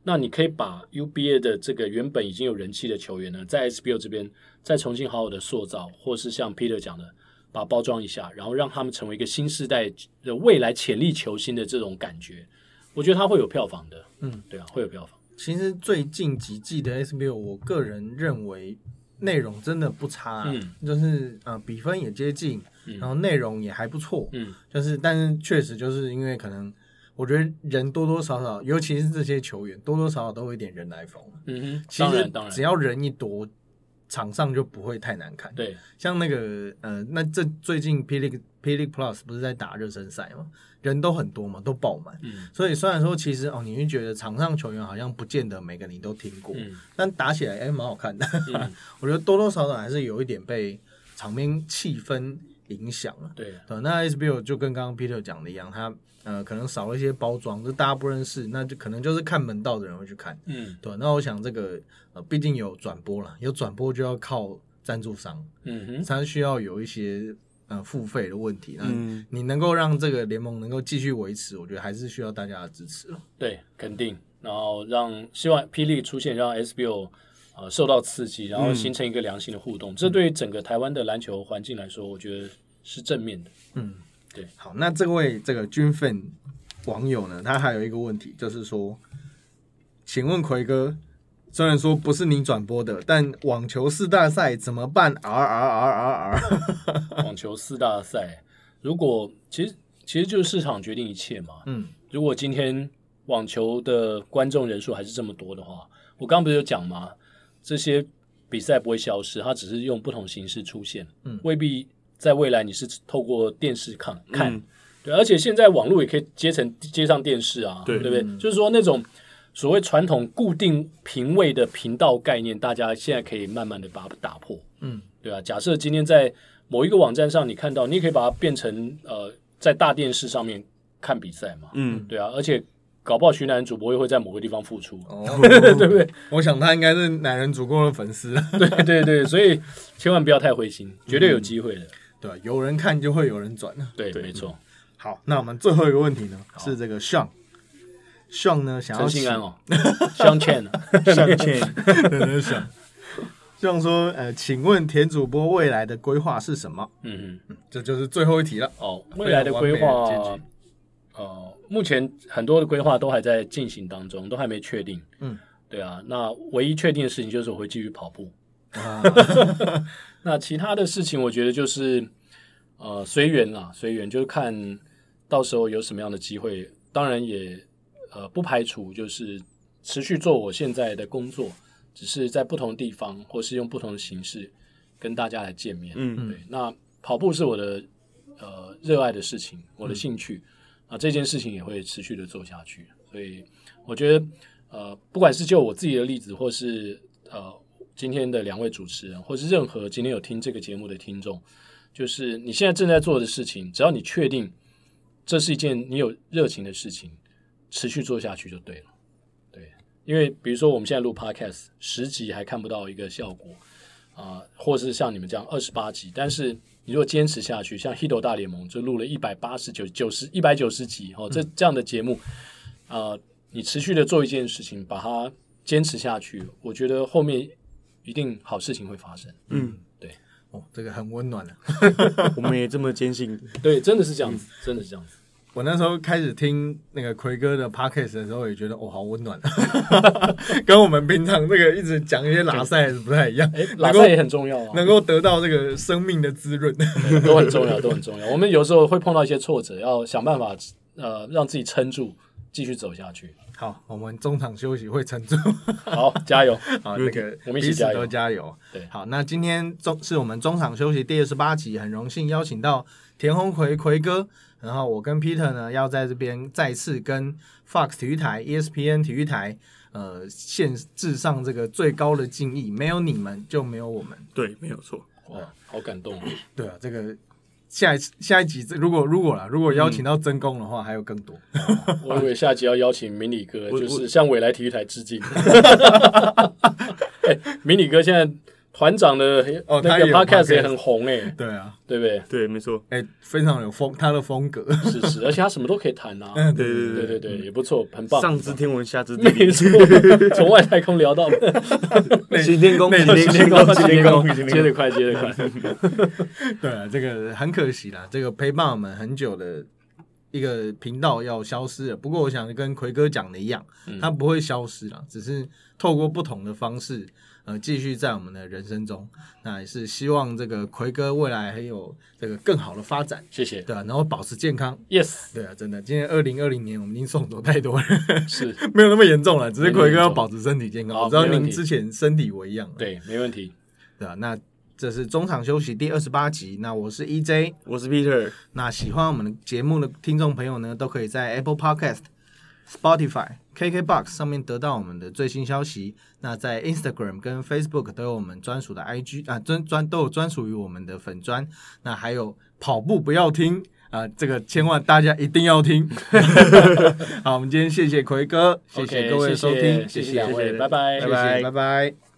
S3: 那你可以把 U B A 的这个原本已经有人气的球员呢，在 S B O 这边再重新好好的塑造，或是像 Peter 讲的，把它包装一下，然后让他们成为一个新世代的未来潜力球星的这种感觉，我觉得他会有票房的。嗯，对啊，会有票房。
S1: 其实最近几季的 S B O， 我个人认为内容真的不差、啊，嗯，就是呃比分也接近，嗯、然后内容也还不错，嗯，就是但是确实就是因为可能我觉得人多多少少，尤其是这些球员多多少少都有一点人来疯，
S3: 嗯哼，
S1: 其实只要人一多，场上就不会太难看。
S3: 对，
S1: 像那个呃，那这最近 P League P League Plus 不是在打热身赛吗？人都很多嘛，都爆满、嗯。所以虽然说其实哦，你会觉得场上球员好像不见得每个你都听过，嗯、但打起来哎蛮好看的。嗯、我觉得多多少少还是有一点被场面气氛影响了。
S3: 对，
S1: 对，那 S B O 就跟刚刚 Peter 讲的一样，他呃可能少了一些包装，就大家不认识，那就可能就是看门道的人会去看。嗯，对。那我想这个呃，毕竟有转播了，有转播就要靠赞助商，嗯哼，它需要有一些。呃，付费的问题，嗯，你能够让这个联盟能够继续维持，我觉得还是需要大家的支持了。
S3: 对，肯定，然后让希望霹雳出现，让 S B O 呃受到刺激，然后形成一个良性的互动，嗯、这对于整个台湾的篮球环境来说，我觉得是正面的。嗯，对。
S1: 好，那这位这个军粉网友呢，他还有一个问题，就是说，请问奎哥。虽然说不是你转播的，但网球四大赛怎么办 ？R R R R R，
S3: 网球四大赛，如果其实其实就是市场决定一切嘛。嗯，如果今天网球的观众人数还是这么多的话，我刚刚不是有讲吗？这些比赛不会消失，它只是用不同形式出现。嗯，未必在未来你是透过电视看看，嗯、对，而且现在网络也可以接成接上电视啊，对, 对不对？嗯、就是说那种。所谓传统固定频位的频道概念，大家现在可以慢慢的把它打破，嗯，对啊。假设今天在某一个网站上你看到，你也可以把它变成呃，在大电视上面看比赛嘛，嗯，对啊。而且搞不好徐乃仁主播也会在某个地方复出，哦、对不对？
S1: 我想他应该是乃仁主播的粉丝，
S3: 对对对，所以千万不要太灰心，绝对有机会的，嗯、
S1: 对吧？有人看就会有人转，
S3: 对，对没错。
S1: 好，那我们最后一个问题呢，是这个 Sean。Sean 呢想要
S3: 陈信安哦，Sean Chen，Sean
S1: Chen， 对对想，Sean 说呃，请问田主播未来的规划是什么？嗯嗯，这就是最后一题了。
S3: 哦，未来的规划，呃，目前很多的规划都还在进行当中，都还没确定。嗯，对啊，那唯一确定的事情就是我会继续跑步。啊、那其他的事情，我觉得就是呃随缘啦，随缘，就是看到时候有什么样的机会，当然也。呃，不排除就是持续做我现在的工作，只是在不同的地方，或是用不同的形式跟大家来见面。嗯，对。那跑步是我的呃热爱的事情，我的兴趣啊、嗯，这件事情也会持续的做下去。所以我觉得，呃，不管是就我自己的例子，或是呃今天的两位主持人，或是任何今天有听这个节目的听众，就是你现在正在做的事情，只要你确定这是一件你有热情的事情。持续做下去就对了，对，因为比如说我们现在录 podcast 十集还看不到一个效果啊、呃，或是像你们这样二十八集，但是你如果坚持下去，像 Hito 大联盟就录了一百八十九、九十、一百九十集哦，这这样的节目啊、呃，你持续的做一件事情，把它坚持下去，我觉得后面一定好事情会发生。嗯，对，
S1: 哦，这个很温暖的，
S2: 我们也这么坚信。
S3: 对，真的是这样子，真的是这样子。
S1: 我那时候开始听那个奎哥的 podcast 的时候，也觉得哦，好温暖，跟我们平常这个一直讲一些拉赛不太一样。
S3: 哎，拉赛也很重要啊，
S1: 能够得到这个生命的滋润，
S3: 都很重要，都很重要。我们有时候会碰到一些挫折，要想办法呃让自己撑住，继续走下去。
S1: 好，我们中场休息会撑住。
S3: 好，加油！
S1: 好，那个
S3: 我们一起加油，
S1: 都加油。
S3: 对，
S1: 好，那今天中是我们中场休息第二十八集，很荣幸邀请到田鸿奎奎哥。然后我跟 Peter 呢，要在这边再次跟 Fox 体育台、E S P N 体育台，呃，献致上这个最高的敬意。没有你们，就没有我们。
S2: 对，没有错。
S3: 哇，好感动。
S1: 对啊，这个下一下一集，如果如果啦，如果邀请到真功的话，嗯、还有更多。
S3: 哦、我以为下集要邀请迷你哥，就是向未来体育台致敬。哎，迷你哥现在团长的
S1: 哦，
S3: 那个
S1: 他也有
S3: podcast 也很红哎、欸，
S1: 对啊，
S3: 对不对？
S2: 对，没错，
S1: 哎、非常有风，他的风格。
S3: 是是，而且他什么都可以谈啊。
S1: 嗯，
S2: 对
S1: 对
S2: 对
S3: 对对对，也不错，很棒。
S2: 上知天文，下知地理，
S3: 没错，从外太空聊到
S2: 行天宫，
S1: 内
S2: 行天宫，行天宫，
S3: 接得快，接得快。
S1: 对啊，这个很可惜啦，这个陪伴我们很久的一个频道要消失了。不过我想跟奎哥讲的一样，它不会消失啦，只是透过不同的方式，呃，继续在我们的人生中。那也是希望这个奎哥未来还有这个更好的发展，
S3: 谢谢。
S1: 对啊，然后保持健康。
S3: Yes，
S1: 对啊，真的，今年二零二零年我们已经送走太多了，
S3: 是
S1: 没有那么严重了，只是奎哥要保持身体健康。
S3: 好
S1: 我知道
S3: 没问题
S1: 您之前身体为恙，
S3: 对，没问题。
S1: 对啊，那这是中场休息第二十八集。那我是 E J，
S2: 我是 Peter。
S1: 那喜欢我们的节目的听众朋友呢，都可以在 Apple Podcast、Spotify、K K Box 上面得到我们的最新消息。那在 Instagram 跟 Facebook 都有我们专属的 I G 啊，专专都有专属于我们的粉专。那还有跑步不要听啊，这个千万大家一定要听。好，我们今天谢谢奎哥，谢谢各位的收听，
S3: 谢谢两位，拜拜，
S1: 谢谢，拜拜。